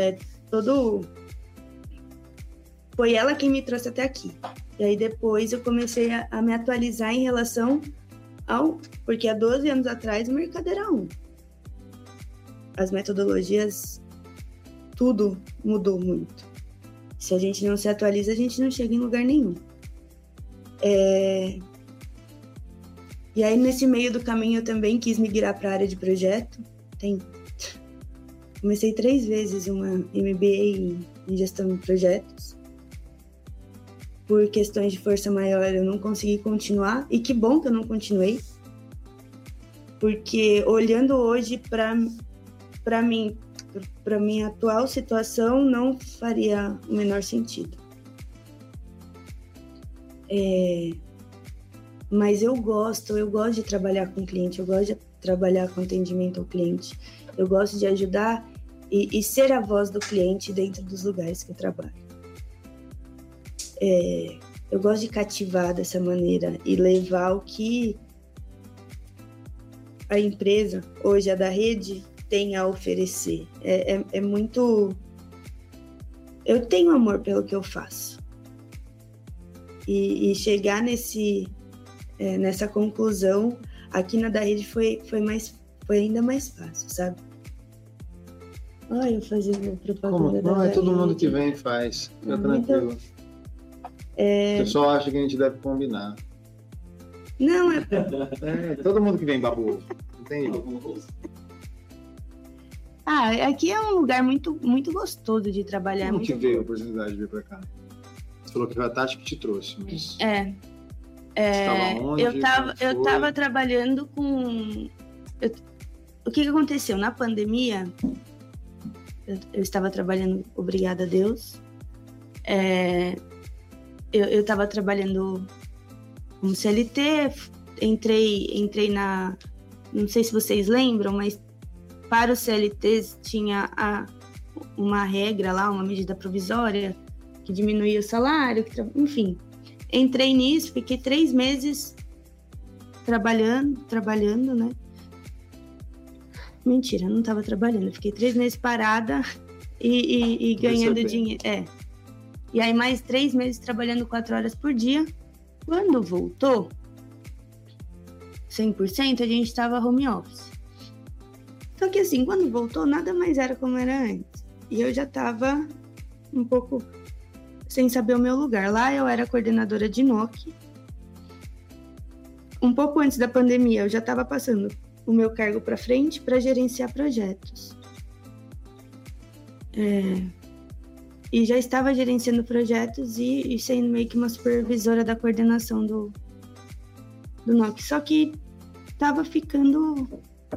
foi ela quem me trouxe até aqui. E aí depois eu comecei a me atualizar em relação porque há 12 anos atrás o mercado era as metodologias, tudo mudou muito. Se a gente não se atualiza, a gente não chega em lugar nenhum. E aí nesse meio do caminho eu também quis migrar para a área de projeto. Comecei 3 vezes uma MBA em gestão de projetos. por questões de força maior, eu não consegui continuar. E que bom que eu não continuei. Porque olhando hoje para mim, para minha atual situação, não faria o menor sentido. Mas eu gosto de trabalhar com cliente, eu gosto de trabalhar com atendimento ao cliente, eu gosto de ajudar e ser a voz do cliente dentro dos lugares que eu trabalho. Eu gosto de cativar dessa maneira e levar o que a empresa, hoje a da rede, tem a oferecer. É muito... Eu tenho amor pelo que eu faço. E chegar nessa conclusão aqui na da rede foi ainda mais fácil, sabe? Olha, eu fazendo propaganda. Não é todo mundo que vem e faz. Fica tranquilo. O pessoal acha que a gente deve combinar. Não, todo mundo que vem babu. Entende? Aqui é um lugar muito, muito gostoso de trabalhar. Como que veio a oportunidade de vir pra cá? Você falou que foi a Tati que te trouxe, mas... Você estava onde? Eu tava trabalhando com... O que aconteceu? Na pandemia, eu estava trabalhando, obrigada a Deus. Eu estava trabalhando como CLT, entrei na... Não sei se vocês lembram, mas para os CLTs tinha uma regra lá, uma medida provisória que diminuía o salário, enfim. Entrei nisso, fiquei 3 meses trabalhando, né? Mentira, não estava trabalhando. Fiquei 3 meses parada e ganhando dinheiro. E aí mais 3 meses trabalhando 4 horas por dia. Quando voltou, 100%, a gente estava home office. Só que assim, quando voltou, nada mais era como era antes. E eu já estava um pouco sem saber o meu lugar. Lá eu era coordenadora de NOC. Um pouco antes da pandemia, eu já estava passando o meu cargo para frente para gerenciar projetos. E já estava gerenciando projetos e sendo meio que uma supervisora da coordenação do NOC. Só que estava ficando...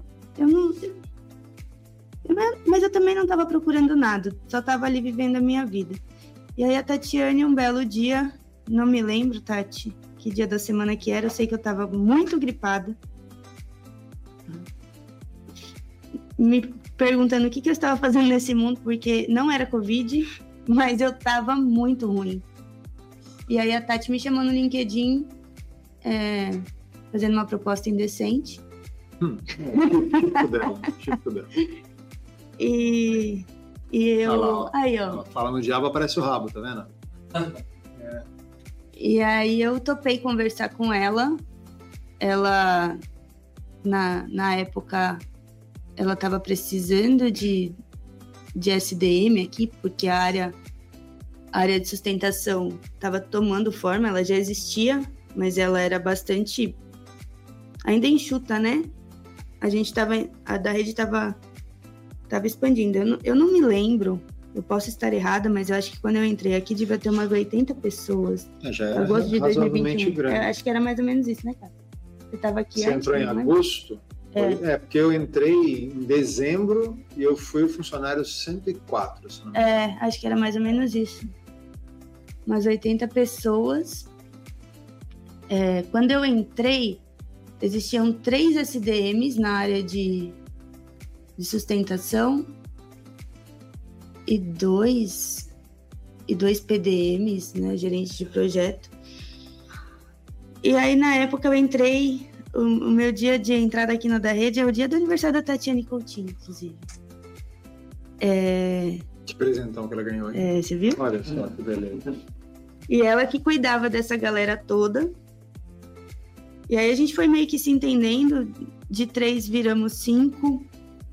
Mas eu também não estava procurando nada, só estava ali vivendo a minha vida. E aí a Tatiane, um belo dia, não me lembro, Tati, que dia da semana que era, eu sei que eu estava muito gripada, me perguntando o que eu estava fazendo nesse mundo, porque não era Covid, mas eu estava muito ruim. E aí a Tati me chamou no LinkedIn, fazendo uma proposta indecente. Tipo dela. E eu... Aí, ó. Fala no diabo, aparece o rabo, tá vendo? E aí eu topei conversar com ela. Ela, na época, ela estava precisando de SDM aqui, porque a área de sustentação estava tomando forma, ela já existia, mas ela era bastante... ainda enxuta, né? A da rede estava expandindo. Eu não me lembro, eu posso estar errada, mas eu acho que quando eu entrei aqui devia ter umas 80 pessoas. Já era agosto de 2021. Grande. Acho que era mais ou menos isso, né, cara? Você estava aqui Você entrou em agosto? Porque eu entrei em dezembro e eu fui o funcionário 104. Se não me engano. Acho que era mais ou menos isso. Umas 80 pessoas. Quando eu entrei, existiam 3 SDMs na área de sustentação e dois PDMs, né, gerentes de projeto. E aí, na época, eu entrei, o meu dia de entrada aqui na da rede é o dia do aniversário da Tatiane Coutinho, inclusive. De presentão que ela ganhou aí. Você viu? Olha só, que beleza. E ela que cuidava dessa galera toda. E aí a gente foi meio que se entendendo, de 3 viramos 5.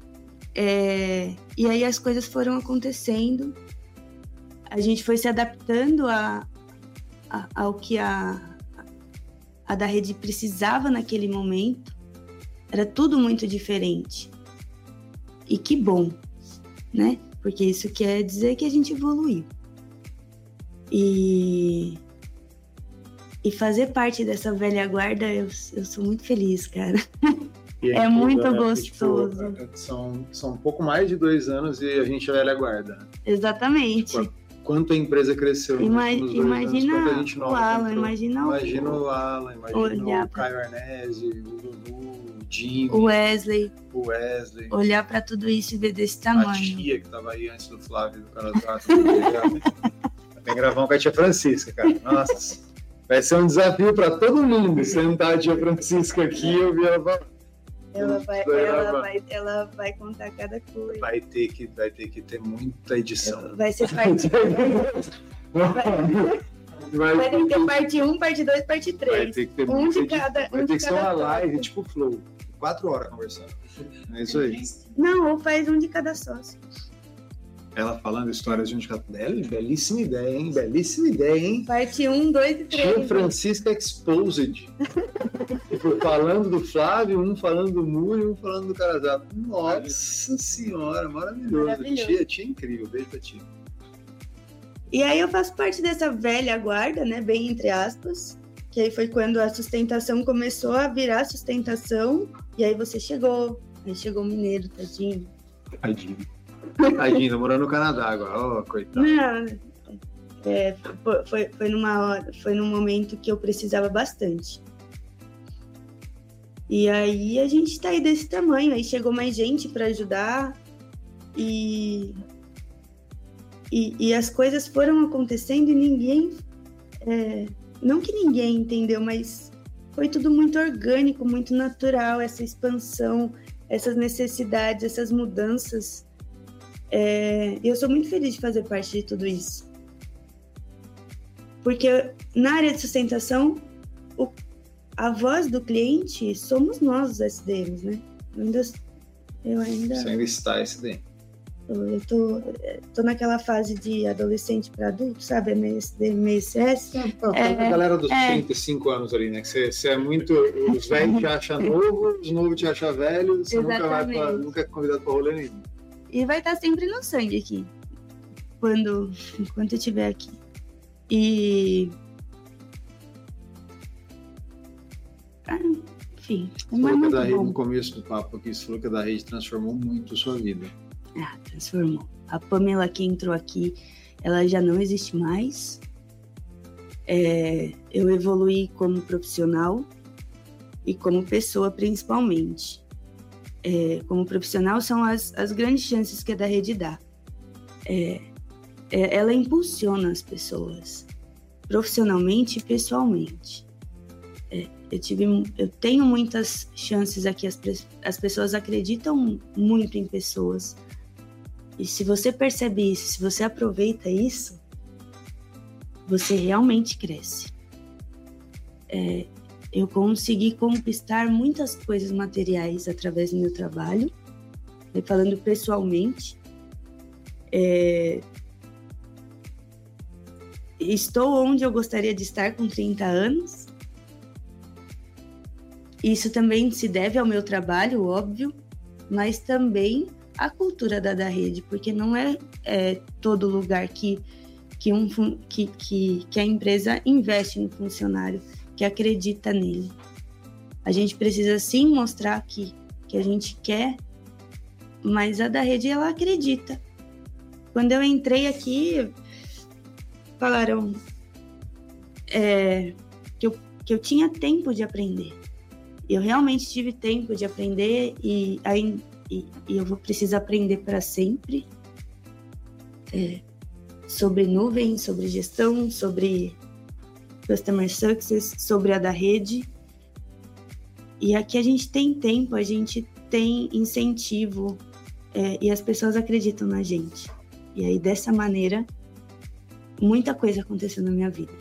E aí as coisas foram acontecendo. A gente foi se adaptando ao que a da rede precisava naquele momento. Era tudo muito diferente. E que bom, né? Porque isso quer dizer que a gente evoluiu. E E fazer parte dessa velha guarda, eu sou muito feliz, cara. E É muito né? gostoso. Tipo, são um pouco mais de 2 anos e a gente é velha guarda. Exatamente. Tipo, quanto a empresa cresceu nos últimos 2 anos, quanto a gente o nova Alan, entrou. imagina o Alan, imagina o Caio Arnese, o Dudu, o Jimmy, o Wesley. Olhar para tudo isso e ver desse tamanho. A tia que tava aí antes do Flávio do Canadá. Tem que gravar com a tia Francisca, cara. Nossa, vai ser um desafio para todo mundo sentar a tia Francisca aqui e ouvir ela falar. Ela vai contar cada coisa. Vai ter que ter muita edição. Vai ser parte. Vai ter que ter parte 1, parte 2, parte 3. Vai ter que ter um de cada. Vai ter que ser uma live tipo Flow. 4 horas conversando. É isso aí. Não, ou faz um de cada sócio. Ela falando histórias de um de cada. Belíssima ideia, hein? Belíssima ideia, hein? Parte 1, 2 e 3. Tia Francisca Exposed. Tipo, falando do Flávio, um falando do Múrio, um falando do Carazado. Nossa senhora, maravilhoso. Tia é incrível. Beijo pra tia. E aí eu faço parte dessa velha guarda, né? Bem entre aspas. Que aí foi quando a sustentação começou a virar sustentação. E aí você chegou. Aí chegou o mineiro, tadinho. Tadinho, morando no Canadá agora. Oh, coitado. Não, foi num momento que eu precisava bastante. E aí a gente tá aí desse tamanho. Aí chegou mais gente para ajudar. E as coisas foram acontecendo e ninguém... não que ninguém entendeu, mas foi tudo muito orgânico, muito natural, essa expansão, essas necessidades, essas mudanças. Eu sou muito feliz de fazer parte de tudo isso. Porque na área de sustentação, a voz do cliente somos nós, os SDMs, né? Eu ainda... Você ainda está SDM. Eu tô naquela fase de adolescente para adulto, sabe? MSD, MSS. A galera dos 35 anos ali, né? Que você é muito... Os velhos te acham novo, os novos te acham velho, você nunca é convidado para rolê nenhum. E vai estar sempre no sangue aqui, enquanto eu estiver aqui. Enfim, muito da rede, no começo do papo aqui, você falou que a da rede transformou muito a sua vida. Transformou. A Pamela que entrou aqui, ela já não existe mais. Eu evoluí como profissional e como pessoa principalmente. Como profissional são as grandes chances que a da rede dá. Ela impulsiona as pessoas, profissionalmente e pessoalmente. Eu tenho muitas chances aqui, as pessoas acreditam muito em pessoas. E se você percebe isso, se você aproveita isso, você realmente cresce. Eu consegui conquistar muitas coisas materiais através do meu trabalho, falando pessoalmente. Estou onde eu gostaria de estar com 30 anos. Isso também se deve ao meu trabalho, óbvio, mas também à cultura da rede, porque não é todo lugar que a empresa investe no funcionário, que acredita nele. A gente precisa sim mostrar que a gente quer, mas a da rede, ela acredita. Quando eu entrei aqui, falaram que eu tinha tempo de aprender. Eu realmente tive tempo de aprender e eu vou precisar aprender para sempre sobre nuvem, sobre gestão, sobre Customer Success, sobre a da rede. E aqui a gente tem tempo, a gente tem incentivo e as pessoas acreditam na gente. E aí, dessa maneira, muita coisa aconteceu na minha vida.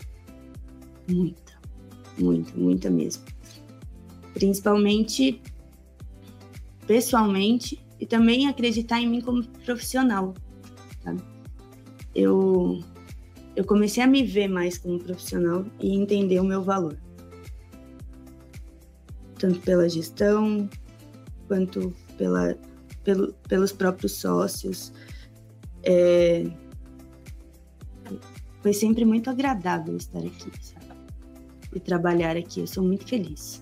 Muita mesmo. Principalmente pessoalmente e também acreditar em mim como profissional, sabe? Eu comecei a me ver mais como profissional e entender o meu valor. Tanto pela gestão, quanto pelos próprios sócios. Foi sempre muito agradável estar aqui, sabe? de trabalhar aqui. Eu sou muito feliz.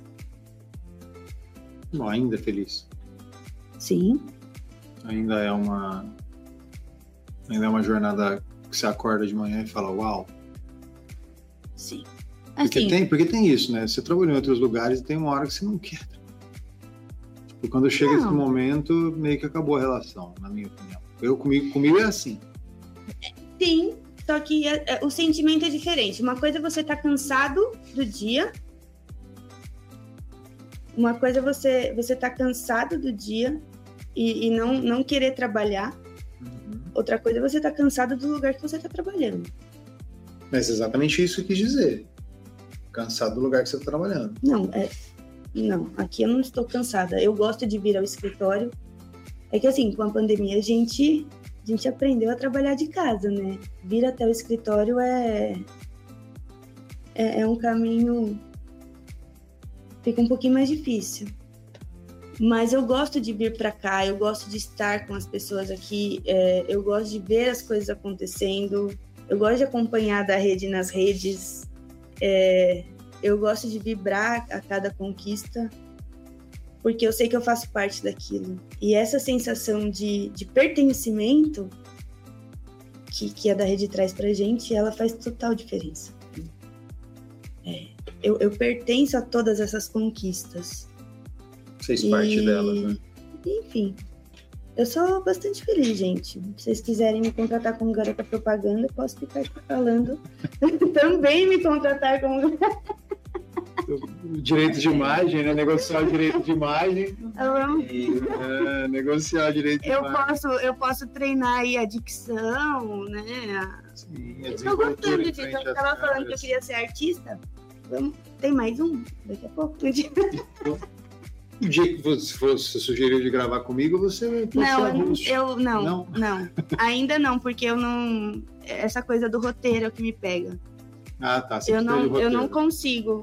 Bom, ainda é feliz. Sim. Ainda é uma jornada que você acorda de manhã e fala, uau. Sim. Porque tem isso, né? Você trabalhou em outros lugares e tem uma hora que você não quer. Tipo, quando chega esse momento, meio que acabou a relação, na minha opinião. Comigo é assim. Sim, só que o sentimento é diferente. Uma coisa é você estar cansado do dia. Uma coisa é você estar cansado do dia e não querer trabalhar. Uhum. Outra coisa é você estar cansado do lugar que você está trabalhando. Mas é exatamente isso que eu quis dizer. Cansado do lugar que você está trabalhando. Não, aqui eu não estou cansada. Eu gosto de vir ao escritório. É que assim, com a pandemia a gente aprendeu a trabalhar de casa, né? Vir até o escritório é um caminho... Fica um pouquinho mais difícil. Mas eu gosto de vir para cá, eu gosto de estar com as pessoas aqui, eu gosto de ver as coisas acontecendo, eu gosto de acompanhar da rede nas redes, eu gosto de vibrar a cada conquista, porque eu sei que eu faço parte daquilo. E essa sensação de pertencimento que a da rede traz pra gente, ela faz total diferença. Eu pertenço a todas essas conquistas. Fez parte delas, né? Enfim, eu sou bastante feliz, gente. Se vocês quiserem me contratar como garota propaganda, eu posso ficar aqui falando. Também me contratar como... Direito de imagem, né? Negociar o direito de imagem. Negociar o direito de imagem. Eu posso treinar aí a dicção, né? Sim, estou gostando disso. Eu estava falando que eu queria ser artista. Tem mais um daqui a pouco. O dia que você sugeriu de gravar comigo, você Não. Ainda não, porque eu não... Essa coisa do roteiro é o que me pega. Ah, tá. Eu não consigo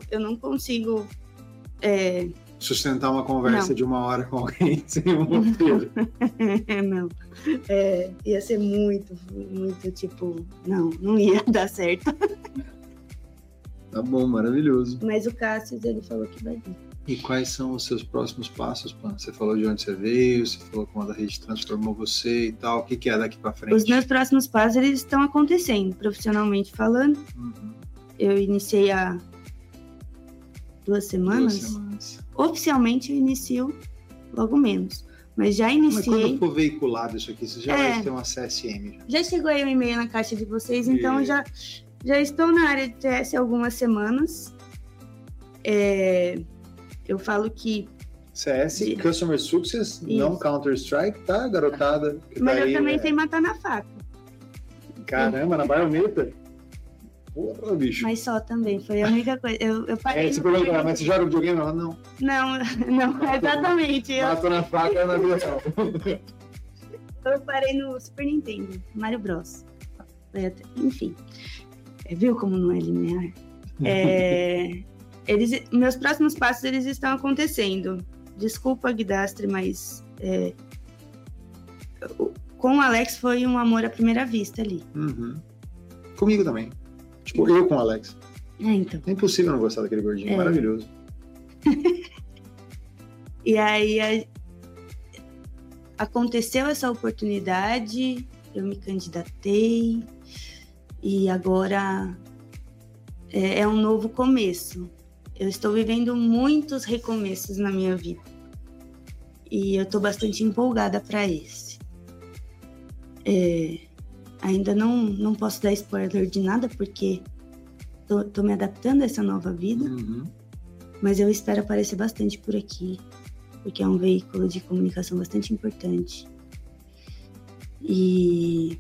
sustentar uma conversa de 1 hora com alguém sem um roteiro. Não. Ia ser muito, tipo... Não ia dar certo. Tá bom, maravilhoso. Mas o Cássio, ele falou que vai vir. E quais são os seus próximos passos, Pan? Você falou de onde você veio, você falou como a rede transformou você e tal. O que é daqui pra frente? Os meus próximos passos, eles estão acontecendo, profissionalmente falando. Uhum. Eu iniciei há 2 semanas. Oficialmente eu inicio logo menos. Mas já iniciei... Mas quando for veiculado isso aqui, você já vai ter uma CSM. Já chegou aí um e-mail na caixa de vocês, então já estou na área de TS há algumas semanas. Eu falo que... CS, Customer Success, isso. Não Counter-Strike, tá, garotada? Mas eu também sei matar na faca. Caramba, na baioneta? Porra, bicho. Mas só também, foi a única coisa. Eu parei. Você perguntou, mas você joga videogame? Não. Não, exatamente. Matou na faca na vida real. Eu parei no Super Nintendo, Mario Bros. Enfim. Viu como não é linear? Meus próximos passos, eles estão acontecendo. Desculpa, Guidastre, mas com o Alex foi um amor à primeira vista ali. Uhum. Comigo também. Tipo, eu com o Alex. Então. É impossível não gostar daquele gordinho, maravilhoso. E aí aconteceu essa oportunidade, eu me candidatei e agora é um novo começo. Eu estou vivendo muitos recomeços na minha vida e eu estou bastante empolgada para esse. Ainda não posso dar spoiler de nada porque tô me adaptando a essa nova vida, mas eu espero aparecer bastante por aqui, porque é um veículo de comunicação bastante importante. E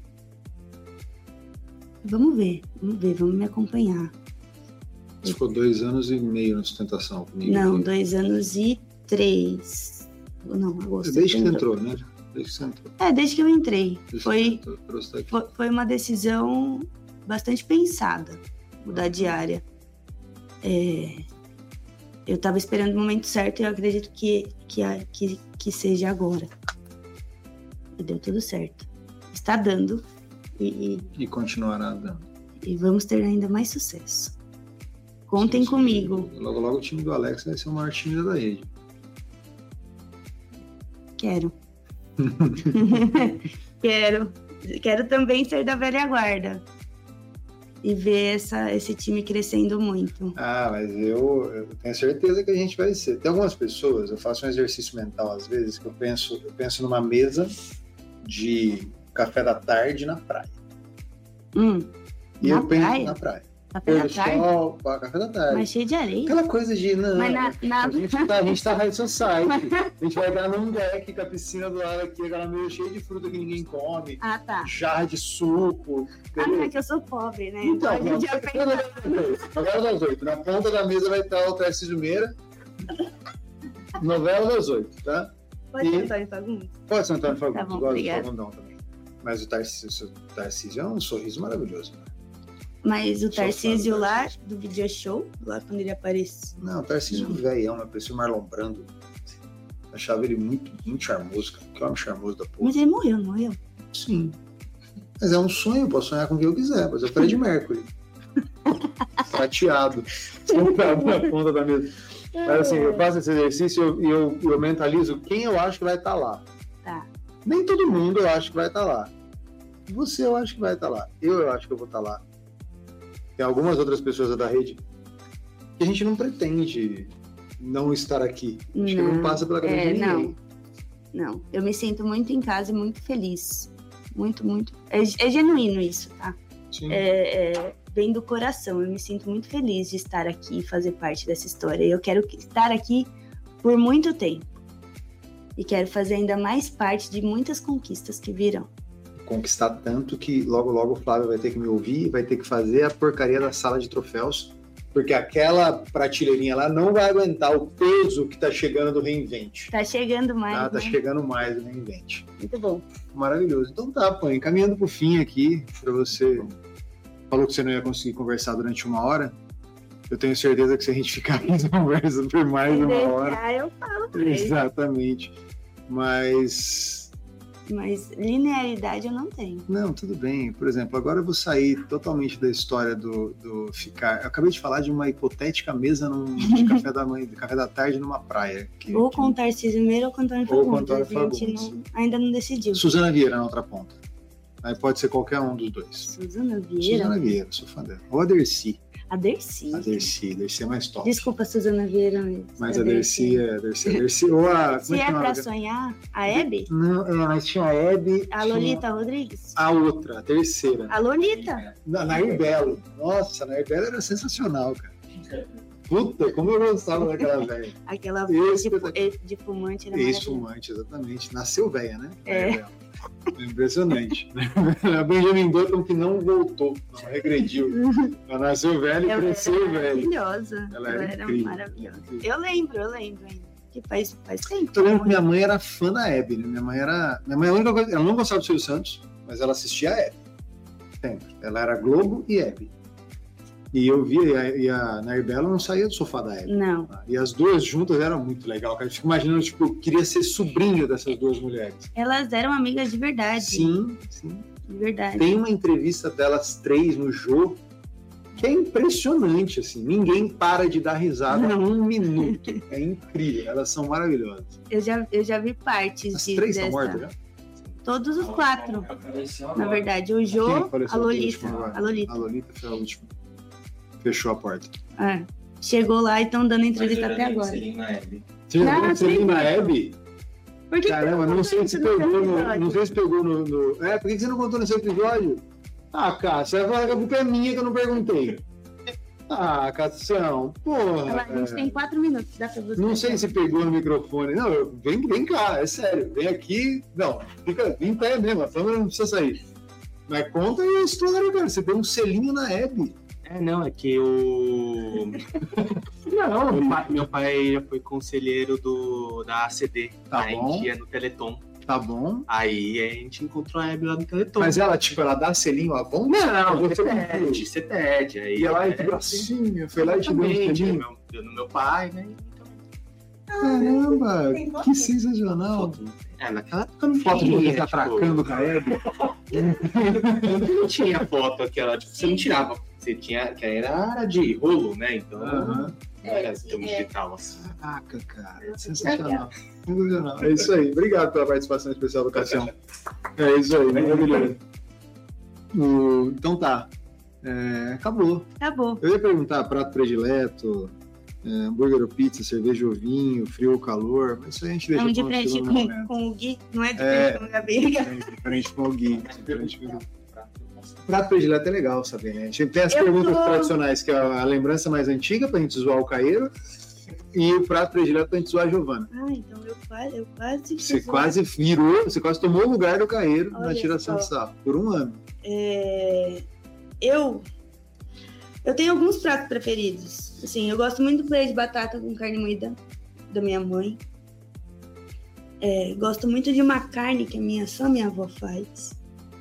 vamos ver, vamos me acompanhar. Você ficou 2 anos e meio na sustentação comigo? Não, 2 anos e 3. Não, agosto. Desde que entrou, né? Desde que você entrou. Desde que eu entrei. Foi uma decisão bastante pensada, mudar de área. Eu estava esperando o momento certo e eu acredito que seja agora. E deu tudo certo. Está dando. E continuará dando. E vamos ter ainda mais sucesso. Contem comigo. Logo, logo o time do Alex vai ser o maior time da rede. Quero. Quero também ser da velha guarda. E ver esse time crescendo muito. Ah, mas eu tenho certeza que a gente vai ser. Tem algumas pessoas, eu faço um exercício mental às vezes, que eu penso numa mesa de café da tarde na praia. E eu penso na praia. Café da tarde? Sol, café da tarde. Mas cheio de areia. Aquela coisa de... Não, Mas a gente tá high society. A gente vai dar num deck com a piscina do lado aqui, aquela meio cheia de fruta que ninguém come. Ah, tá. Jarra de suco. É que eu sou pobre, né? Então, a gente já novela das 8. Na ponta da mesa vai estar o Tarcísio Meira. Novela das 8, tá? Pode ser Antônio Fagundes? Pode ser Antônio Fagundes. Tá bom, gosto obrigada. do Fagundão também. Mas o Tarcísio é um sorriso maravilhoso. Né? Mas o Tarcísio lá, do video show, lá quando ele aparece. Não, o Tarcísio velhão, né? Parecia o Marlon Brando. Achava ele muito, muito charmoso, cara. Que homem charmoso da porra. Mas ele morreu, não morreu? Sim. Mas é um sonho, eu posso sonhar com quem eu quiser. Mas é o Fred Mercury. Prateado. Sentado na ponta da mesa. Mas assim, eu faço esse exercício e eu mentalizo quem eu acho que vai estar lá. Tá. Nem todo mundo eu acho que vai estar lá. Você eu acho que vai estar lá. Eu acho que eu vou estar lá. Tem algumas outras pessoas da rede que a gente não pretende não estar aqui. Acho que não passa pela cabeça de ninguém. Não. Eu me sinto muito em casa e muito feliz. Muito, muito. É genuíno isso, tá? Sim. Vem do coração. Eu me sinto muito feliz de estar aqui e fazer parte dessa história. Eu quero estar aqui por muito tempo. E quero fazer ainda mais parte de muitas conquistas que virão. Conquistar tanto que logo, logo o Flávio vai ter que me ouvir e vai ter que fazer a porcaria da sala de troféus, porque aquela prateleirinha lá não vai aguentar o peso que tá chegando do Reinvente. Tá chegando mais, Tá chegando mais do Reinvente. Muito bom. Maravilhoso. Então tá, Pan, encaminhando pro fim aqui, para você... Falou que você não ia conseguir conversar durante 1 hora. Eu tenho certeza que se a gente ficar aqui na conversa por mais de 1 hora... eu falo pra ele. Exatamente. Mas linearidade eu não tenho. Não, tudo bem. Por exemplo, agora eu vou sair totalmente da história do ficar... Eu acabei de falar de uma hipotética mesa de café da tarde numa praia. Ou com o Tarcísio Meira ou com o Antônio Fagundes. A gente ainda não decidiu. Suzana Vieira na outra ponta. Aí pode ser qualquer um dos dois. Suzana Vieira, sou fã dela. Ou a Dercy. A Dercy é mais top. Desculpa, Suzana Vieira mesmo. Mas a Dercy é... Ou a... Se é pra sonhar, a Hebe? Não, mas tinha a Hebe... A Lolita Rodrigues? A outra, a terceira. A Lolita? A Nair Belo. Nossa, a Nair Belo era sensacional, cara. Puta, como eu gostava daquela velha. Aquela de fumante era ex-fumante, exatamente. Nasceu velha, né? É impressionante. A Benjamin Button que não voltou, não regrediu. Ela nasceu velha e cresceu velha. Maravilhosa. Ela era maravilhosa. Eu lembro ainda. Que faz tempo. Eu lembro que minha mãe era fã da Hebe, né? Minha mãe a única coisa, ela não gostava do Silvio Santos, mas ela assistia a Hebe. Sempre. Ela era Globo e Hebe. E eu via, e a Nair Belo não saía do sofá da Hebe. Não. E as duas juntas eram muito legal, cara. Eu fico imaginando, tipo, eu queria ser sobrinho dessas duas mulheres. Elas eram amigas de verdade. Sim. De verdade. Tem uma entrevista delas 3 no Jô que é impressionante, assim. Ninguém para de dar risada em 1 minuto. É incrível. Elas são maravilhosas. Eu já vi partes As 3 estão mortas já? Todos os 4. Na verdade, o Jô, a Lolita. A Lolita foi a última. Fechou a porta. Chegou lá e estão dando entrevista até agora. Você já viu Celina Hebe? Caramba, não sei se pegou no... por que você não contou nesse episódio? Cara, você vai falar que a culpa é minha que eu não perguntei. Cação, porra. A gente tem 4 minutos, dá pra você. Não sei se pegou no microfone. Não, vem cá, é sério. Vem aqui. Não, fica em pé mesmo, a câmera não precisa sair. Mas conta aí a história, cara. Você tem um selinho na Hebe. Não, é que o... Meu pai já foi conselheiro da ACD. Tá bom. A gente ia no Teleton. Tá bom. Aí a gente encontrou a Hebe lá no Teleton. Mas ela dá selinho à vontade? Não, você pede. Aí e ela entrou assim, foi lá e te deu um selinho? Deu no meu pai, né? Caramba, que sensacional. Naquela época não foto de você atracando com a Hebe. Não tinha foto aquela, tipo, você não tirava Você tinha, que era de rolo, né? Então, Aham. não era tão digital assim. Caraca, cara. Sensacional. Sensacional. É isso aí. Obrigado pela participação especial do Cassião. É isso aí. Maravilhoso. Então tá. Acabou. Acabou. Eu ia perguntar prato predileto, hambúrguer ou pizza, cerveja ou vinho, frio ou calor, mas isso aí a gente deixa Não, de pra um frente segundo momento. com o Gui, não é de frente com a Gabi. De frente com o Gui. De frente com o Gui. Prato predileto é legal saber, né? A gente tem as perguntas tradicionais, que é a lembrança mais antiga pra gente zoar o Caeiro, e o prato predileto pra gente zoar a Giovana. Então eu quase... Você quase virou, você quase tomou o lugar do Caeiro na Olha tiração de só. sarro, por um ano. Eu tenho alguns pratos preferidos. Assim, eu gosto muito do purê de batata com carne moída da minha mãe. Gosto muito de uma carne que só minha avó faz.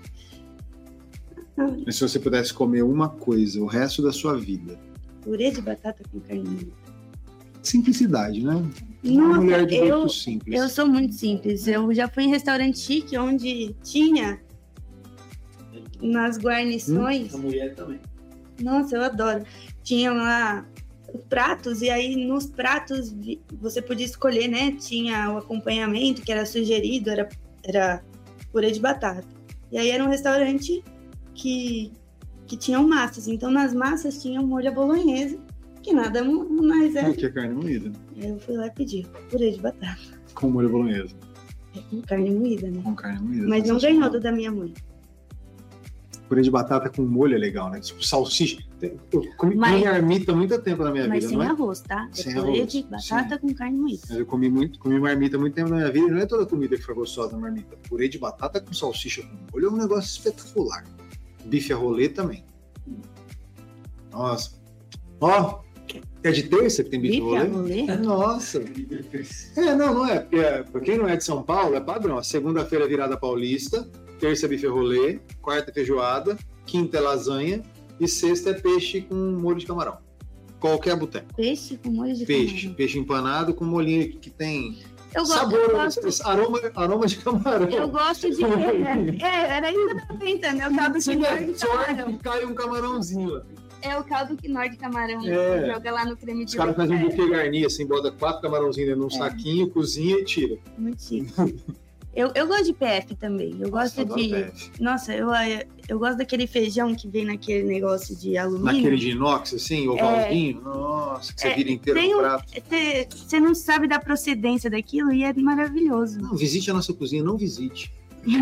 Mas se você pudesse comer uma coisa o resto da sua vida, Purê de batata com carne moída. simplicidade, né? Uma Nossa, mulher de muito simples. eu sou muito simples. Eu já fui em restaurante chique onde tinha nas guarnições. A mulher também. Nossa, eu adoro. Tinha lá os pratos, e aí nos pratos você podia escolher, né? Tinha o acompanhamento que era sugerido, era purê de batata. E aí era um restaurante que tinham massas. Então nas massas tinha um molho à bolonhesa, que nada mais é. O que é carne moída? Eu fui lá e pedi purê de batata Com molho bolonhesa. com carne moída, né? Com carne moída. Mas não ganhou do da minha mãe. Purê de batata com molho é legal, né? Tipo salsicha. Eu comi marmita há muito tempo na minha Mas vida, sem não é? arroz, tá? Sem Purê arroz, de batata com carne moída. Mas eu comi marmita há muito tempo na minha vida, e não é toda comida que foi gostosa na marmita. Purê de batata com salsicha com molho é um negócio espetacular. Bife a rolê também. Nossa. Ó, é de terça que tem bife Bife a a rolê? rolê? Nossa. Não é. Porque pra quem não é de São Paulo, é padrão. A segunda-feira é virada paulista, terça é bife a rolê, quarta é feijoada, quinta é lasanha e sexta é peixe com molho de camarão. Qualquer boteco. Peixe com molho de Peixe. camarão. Peixe empanado com molhinho que tem Eu sabor, gosto, aroma de camarão. eu gosto de... era isso que eu tava pensando. É o caldo Você quinor de camarão. sorte que cai um camarãozinho lá. É o caldo quinor de camarão. É. Joga lá no creme Os de caras fazem um leite. buquê garni, assim, bota 4 camarãozinhos dentro de um saquinho, cozinha e tira. Muito chique. Eu gosto de PF também. Eu gosto Adoro de... PF. Nossa, eu gosto daquele feijão que vem naquele negócio de alumínio. Naquele de inox, assim, ovalzinho. Nossa, que você vira inteiro no prato. Você não sabe da procedência daquilo e é maravilhoso. Não, visite a nossa cozinha, não visite.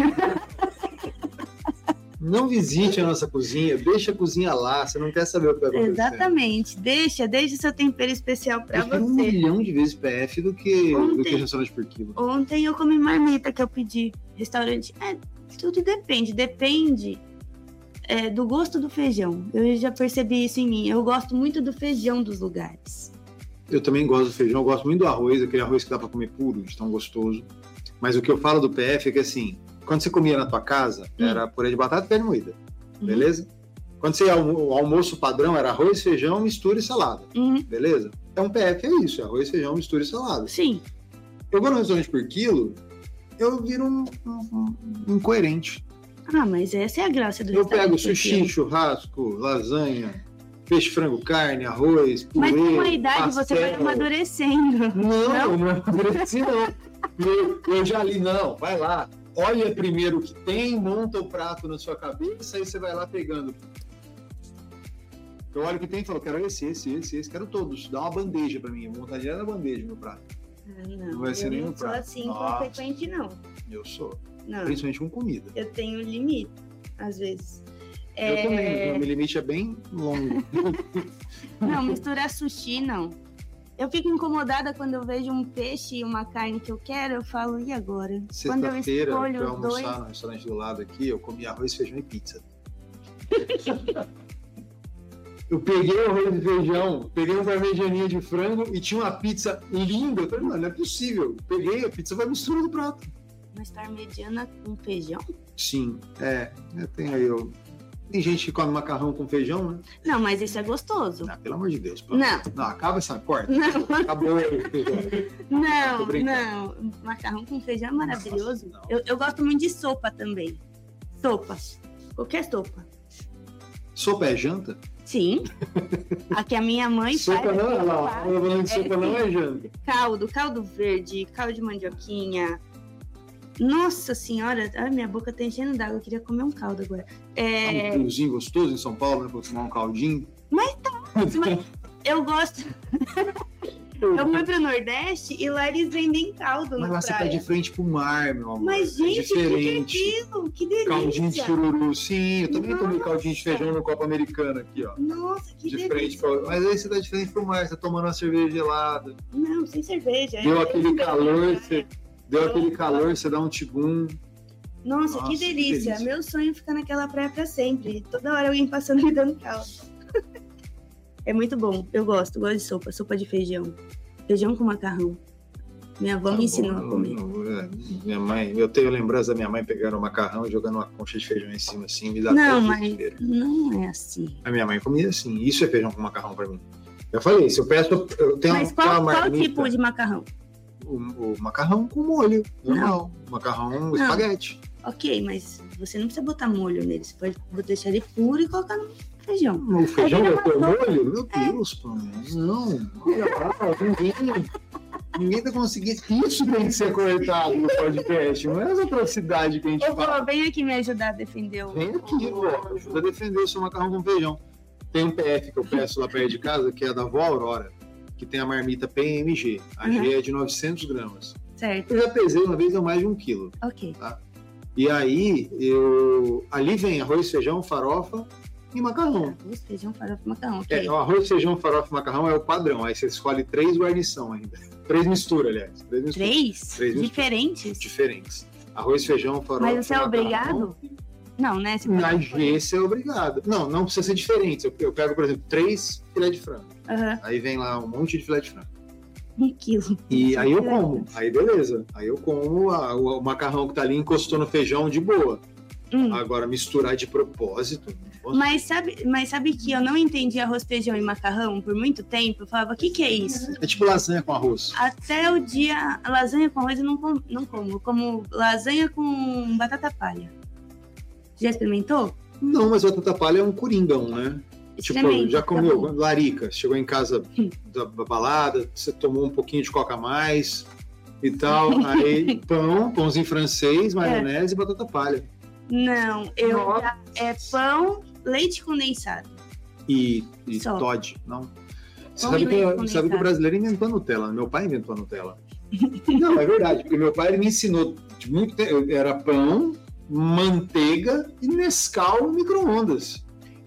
Não visite a nossa cozinha, deixa a cozinha lá, você não quer saber o que vai acontecer. Exatamente. Deixa seu tempero especial pra Eu prefiro você. 1 milhão de vezes PF do que restaurante por quilo. Ontem eu comi marmita que eu pedi. Restaurante. Tudo depende. Depende do gosto do feijão. Eu já percebi isso em mim. Eu gosto muito do feijão dos lugares. Eu também gosto do feijão, eu gosto muito do arroz, aquele arroz que dá pra comer puro, de tão gostoso. Mas o que eu falo do PF é que, assim, quando você comia na tua casa, era purê de batata e carne moída, beleza? Quando você ia o almoço padrão, era arroz, feijão, mistura e salada, beleza? Então PF é isso, é arroz, feijão, mistura e salada. Sim. Eu vou no restaurante por quilo, eu viro um incoerente. Mas essa é a graça do Eu restaurante. pego por sushi, quilo. churrasco, lasanha, peixe, frango, carne, arroz, purê, Mas com a idade você vai pastel. amadurecendo. Não amadureci não. Eu já li, não, vai lá. Olha primeiro o que tem, monta o prato na sua cabeça, aí você vai lá pegando. Eu olho o que tem e falo, quero esse, quero todos. Dá uma bandeja pra mim, eu vou montar direto na bandeja meu prato. Não vai ser eu nenhum não sou prato. assim Nossa. consequente, não. Eu sou, Não, principalmente com comida. eu tenho limite, às vezes. Eu também, o meu limite é bem longo. Não, misturar sushi, não. Eu fico incomodada quando eu vejo um peixe e uma carne que eu quero, eu falo, e agora? Quando eu Sexta-feira, eu fui escolho os almoçar dois... no restaurante do lado aqui, eu comi arroz, feijão e pizza. Eu peguei o arroz e feijão, peguei uma parmegianinha de frango e tinha uma pizza linda. Eu falei, não é possível. Peguei, a pizza vai mistura do prato. Mas parmegiana com feijão? Sim, tem aí. Tem gente que come macarrão com feijão, né? Não, mas isso é gostoso. Ah, pelo amor de Deus. Não. Não, acaba essa porta. Não. Acabou aí o feijão. Tô Não, brincando. não. Macarrão com feijão é maravilhoso. Nossa, Eu gosto muito de sopa também. Sopa. Qualquer sopa. Sopa é janta? Sim. Aqui a minha mãe Sopa faz. não, ela falando de sopa não é, Jane? Caldo verde, caldo de mandioquinha. Nossa senhora, ai, minha boca tá enchendo d'água, eu queria comer um caldo agora. Um friozinho gostoso em São Paulo, né? Pra tomar um caldinho. Mas eu gosto. Eu fui pro Nordeste e lá eles vendem caldo Mas na lá você tá praia. de frente pro mar, meu amor. Mas, gente, é diferente. que é aquilo? Que delícia. Caldinho de chururu, sim. Eu também tomei caldinho de feijão no copo americano aqui, ó. Nossa, que De delícia. frente pra... Mas aí você tá de frente pro mar, você tá tomando uma cerveja gelada. Não, sem cerveja. Deu É aquele calor, praia. você dá um tibum. Nossa, que delícia. Meu sonho é ficar naquela praia pra sempre. Toda hora alguém passando me dando caldo. É muito bom. Eu gosto de sopa de feijão. Feijão com macarrão. Minha avó me ensinou a comer. Minha mãe, eu tenho lembrança da minha mãe pegando o macarrão e jogando uma concha de feijão em cima assim, me dá Não, todo mas desespero. não é assim. A minha mãe comia assim. Isso é feijão com macarrão pra mim. Eu falei, se eu peço, eu tenho Mas uma qual marmita, tipo de macarrão? o macarrão com molho, normal. Macarrão espaguete. Ok, mas você não precisa botar molho nele. Você pode deixar ele puro e colocar no feijão. O feijão Aí vai ter vira uma molho? Meu Deus, pô. Não. Olha lá, ninguém tá conseguindo. Isso tem que ser cortado no podcast. Não é essa atrocidade que a gente Ô, fala. vó, vem aqui me ajudar a defender o... Vem aqui, vó. Ajuda a defender o seu macarrão com feijão. Tem um PF que eu peço lá perto de casa, que é da vó Aurora, que tem a marmita PMG. A G é de 900 gramas. Certo, Eu já pesei uma vez, deu mais de 1 quilo. ok. E aí, ali vem arroz, feijão, farofa e macarrão. Arroz, feijão, farofa, macarrão, ok. O arroz, feijão, farofa e macarrão é o padrão. Aí você escolhe 3 guarnição ainda. 3 misturas, aliás. 3 misturas. Três misturas. Diferentes? Diferentes. Arroz, feijão, farofa Mas você é macarrão. obrigado? Não, né? Você Na pode G você é obrigado. Não precisa ser diferente. Eu pego, por exemplo, 3 filé de frango. Aham, Aí vem lá um monte de filé de frango. 1 quilo. E aí eu como. Aí beleza. Aí eu como o macarrão que tá ali, encostou no feijão de boa. Agora, misturar de propósito... Mas sabe que eu não entendi arroz, feijão e macarrão por muito tempo? Eu falava, o que é isso? É tipo lasanha com arroz. Até o dia... Lasanha com arroz eu não como. Eu como lasanha com batata palha. Já experimentou? Não, mas a batata palha é um coringão, né? Tipo, Experimenta, já tá comeu bom. larica, chegou em casa da balada, você tomou um pouquinho de coca a mais e tal, aí pãozinho francês, maionese e batata palha. Não, é pão, leite condensado. E Só. Toddy, não? Você Pão sabe e que, leite sabe condensado. que o brasileiro inventou a Nutella, meu pai inventou a Nutella. Não, é verdade, porque meu pai ele me ensinou de muito tempo, era pão, manteiga e Nescau no micro-ondas.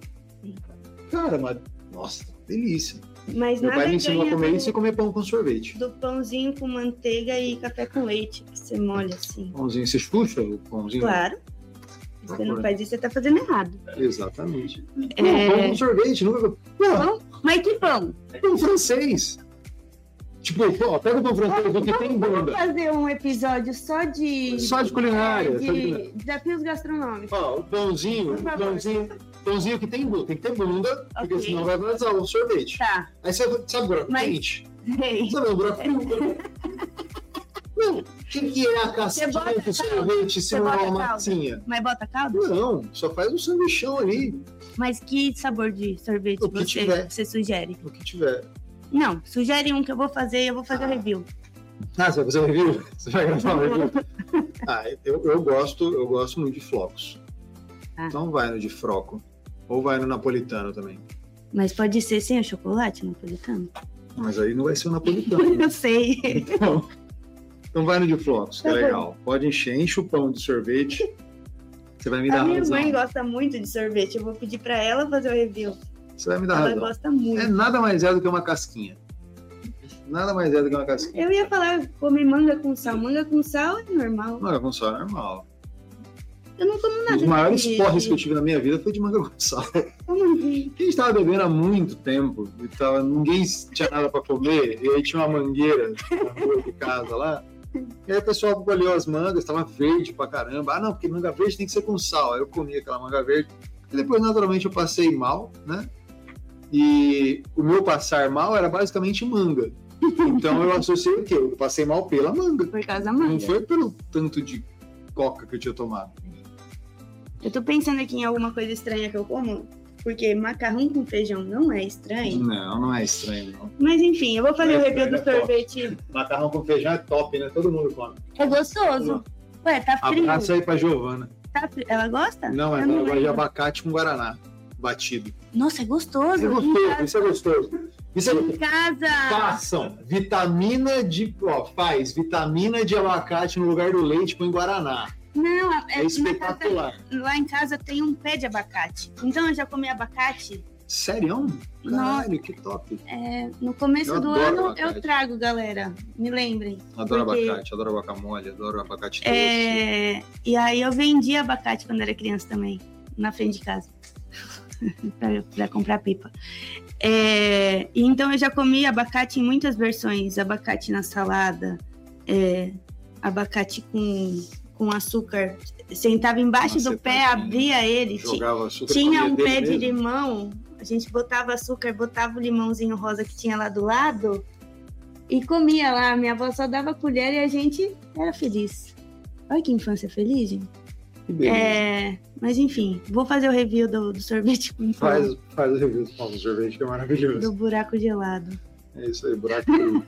Cara, mas, nossa, delícia. Mas Meu nada pai me ensinou a ganha comer isso e comer pão com sorvete. do pãozinho com manteiga e café com leite, que você molha assim. Pãozinho, você chucha o pãozinho? Claro. Se você não faz isso, você tá fazendo errado. Exatamente. É. Não, pão com sorvete, nunca. Pô, Mas que pão? pão francês. Tipo, pô, pega o pão francês do que tem Vamos bunda. fazer um episódio só de Só de culinária. desafios gastronômicos. Ó, o pãozinho que tem bunda, tem que ter bunda, porque Ok. senão vai vazar o sorvete. Tá. Aí você sabe o buraco Mas- quente? Sei. Sabe o buraco frio? Não, o que é a casquinha Você bota do sorvete se Você não é bota uma calda? massinha? Mas bota caldo? Não, só faz um sanduichão ali, Mas que sabor de sorvete O que tiver. você sugere? o que tiver. Não, sugere um que eu vou fazer e eu vou fazer o review. Ah, você vai fazer um review? Você vai gravar um review? Eu gosto muito de flocos. Ah. Então vai no de froco. Ou vai no napolitano também. Mas pode ser sem o chocolate napolitano? Mas aí não vai ser o napolitano. Eu sei. Então vai no de flocos, que é Tá bom. legal. Pode enche o pão de sorvete. Você vai me dar A minha razão. mãe gosta muito de sorvete. Eu vou pedir pra ela fazer o review. Você vai me dar Ela razão. gosta muito. É nada mais do que uma casquinha. Nada mais do que uma casquinha. Eu ia falar comer manga com sal. Manga com sal é normal. Manga com sal é normal. Eu não como nada. Os maiores de- porres que eu tive na minha vida foi de manga com sal. Como assim? A gente tava bebendo há muito tempo, e ninguém tinha nada pra comer, e aí tinha uma mangueira na rua de casa lá. E aí o pessoal colheu as mangas, tava verde pra caramba. Ah, não, porque manga verde tem que ser com sal. Aí eu comi aquela manga verde. E depois, naturalmente, eu passei mal, né? E o meu passar mal era basicamente manga. Então eu associei o quê? Eu passei mal pela manga. Por causa da Não manga. foi pelo tanto de coca que eu tinha tomado. Eu tô pensando aqui em alguma coisa estranha que eu como. porque macarrão com feijão não é estranho. Não é estranho, não. Mas enfim, eu vou fazer o review do sorvete. Top. Macarrão com feijão é top, né? Todo mundo come. É gostoso. Ué, tá frio. Abraço aí pra Giovana. Tá frio. Ela gosta? Não, ela gosta de abacate com guaraná batido. Nossa, é gostoso. Isso é gostoso. Isso é Em casa. Façam vitamina de... faz vitamina de abacate no lugar do leite, põe guaraná. Não, É espetacular. Lá em casa tem um pé de abacate. Então eu já comi abacate. Sério? Caralho, que top. No começo Eu do adoro ano abacate. eu trago, galera. Me lembrem. Adoro Porque- abacate, adoro guacamole, adoro abacate doce. E aí eu vendia abacate quando era criança também, na frente de casa. pra comprar pipa. E então eu já comi abacate em muitas versões. Abacate na salada, abacate com açúcar. Sentava embaixo Nossa, do pé, abria ele. Jogava açúcar. Tinha comia um pé dele de mesmo. limão, a gente botava açúcar, botava o limãozinho rosa que tinha lá do lado e comia lá. Minha avó só dava colher e a gente era feliz. Olha que infância feliz, gente. Que beleza. Mas enfim, vou fazer o review do sorvete com Faz o review do sorvete, que é maravilhoso. do buraco gelado. É isso aí, buraco.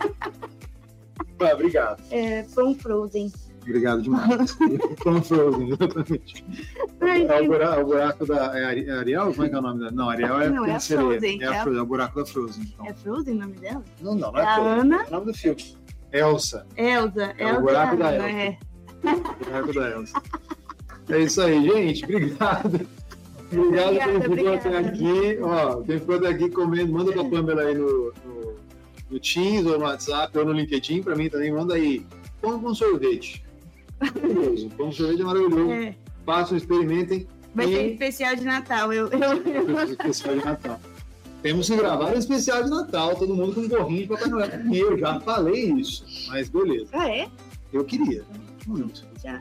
Obrigado. Pão frozen. Obrigado demais. Pão frozen, exatamente. É o buraco da... É Ariel? Como é que é o nome dela? Não, Ariel é Não, é a sereia. Frozen. É o buraco da Frozen. Então. É Frozen o nome dela? Não é a Frozen. Ana. É o nome do filme. Elsa. Elsa. É o buraco da Ana, Elsa. O buraco da Elsa. É isso aí, gente. Obrigado. Obrigado por quem ficou até aqui. Quem ficou até aqui comendo, manda pra Pamela aí no Teams, ou no WhatsApp, ou no LinkedIn. Pra mim também, manda aí. Pão com sorvete. Maravilhoso. Pão com sorvete é maravilhoso. Façam, experimentem. Vai ser especial de Natal. Especial de Natal. Temos que gravar um especial de Natal, todo mundo com um gorrinho de Papai Noel. Eu já falei isso, mas beleza. Ah, é? Eu queria. Muito. Já.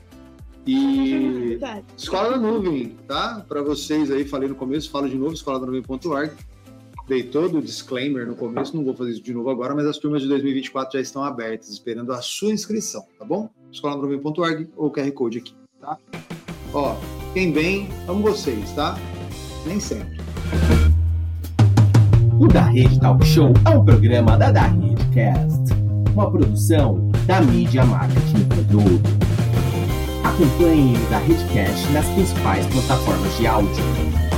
E Obrigada. Escola da Nuvem, tá? Para vocês aí, falei no começo, falo de novo, escoladanuvem.org. Dei todo o disclaimer no começo, não vou fazer isso de novo agora, mas as turmas de 2024 já estão abertas, esperando a sua inscrição, tá bom? escoladanuvem.org ou QR Code aqui, tá? Quem vem, amo vocês, tá? Nem sempre. O Da Rede Talk Show é um programa da Redcast, uma produção da Mídia Marketing Produto. Acompanhe o Da Redcast nas principais plataformas de áudio.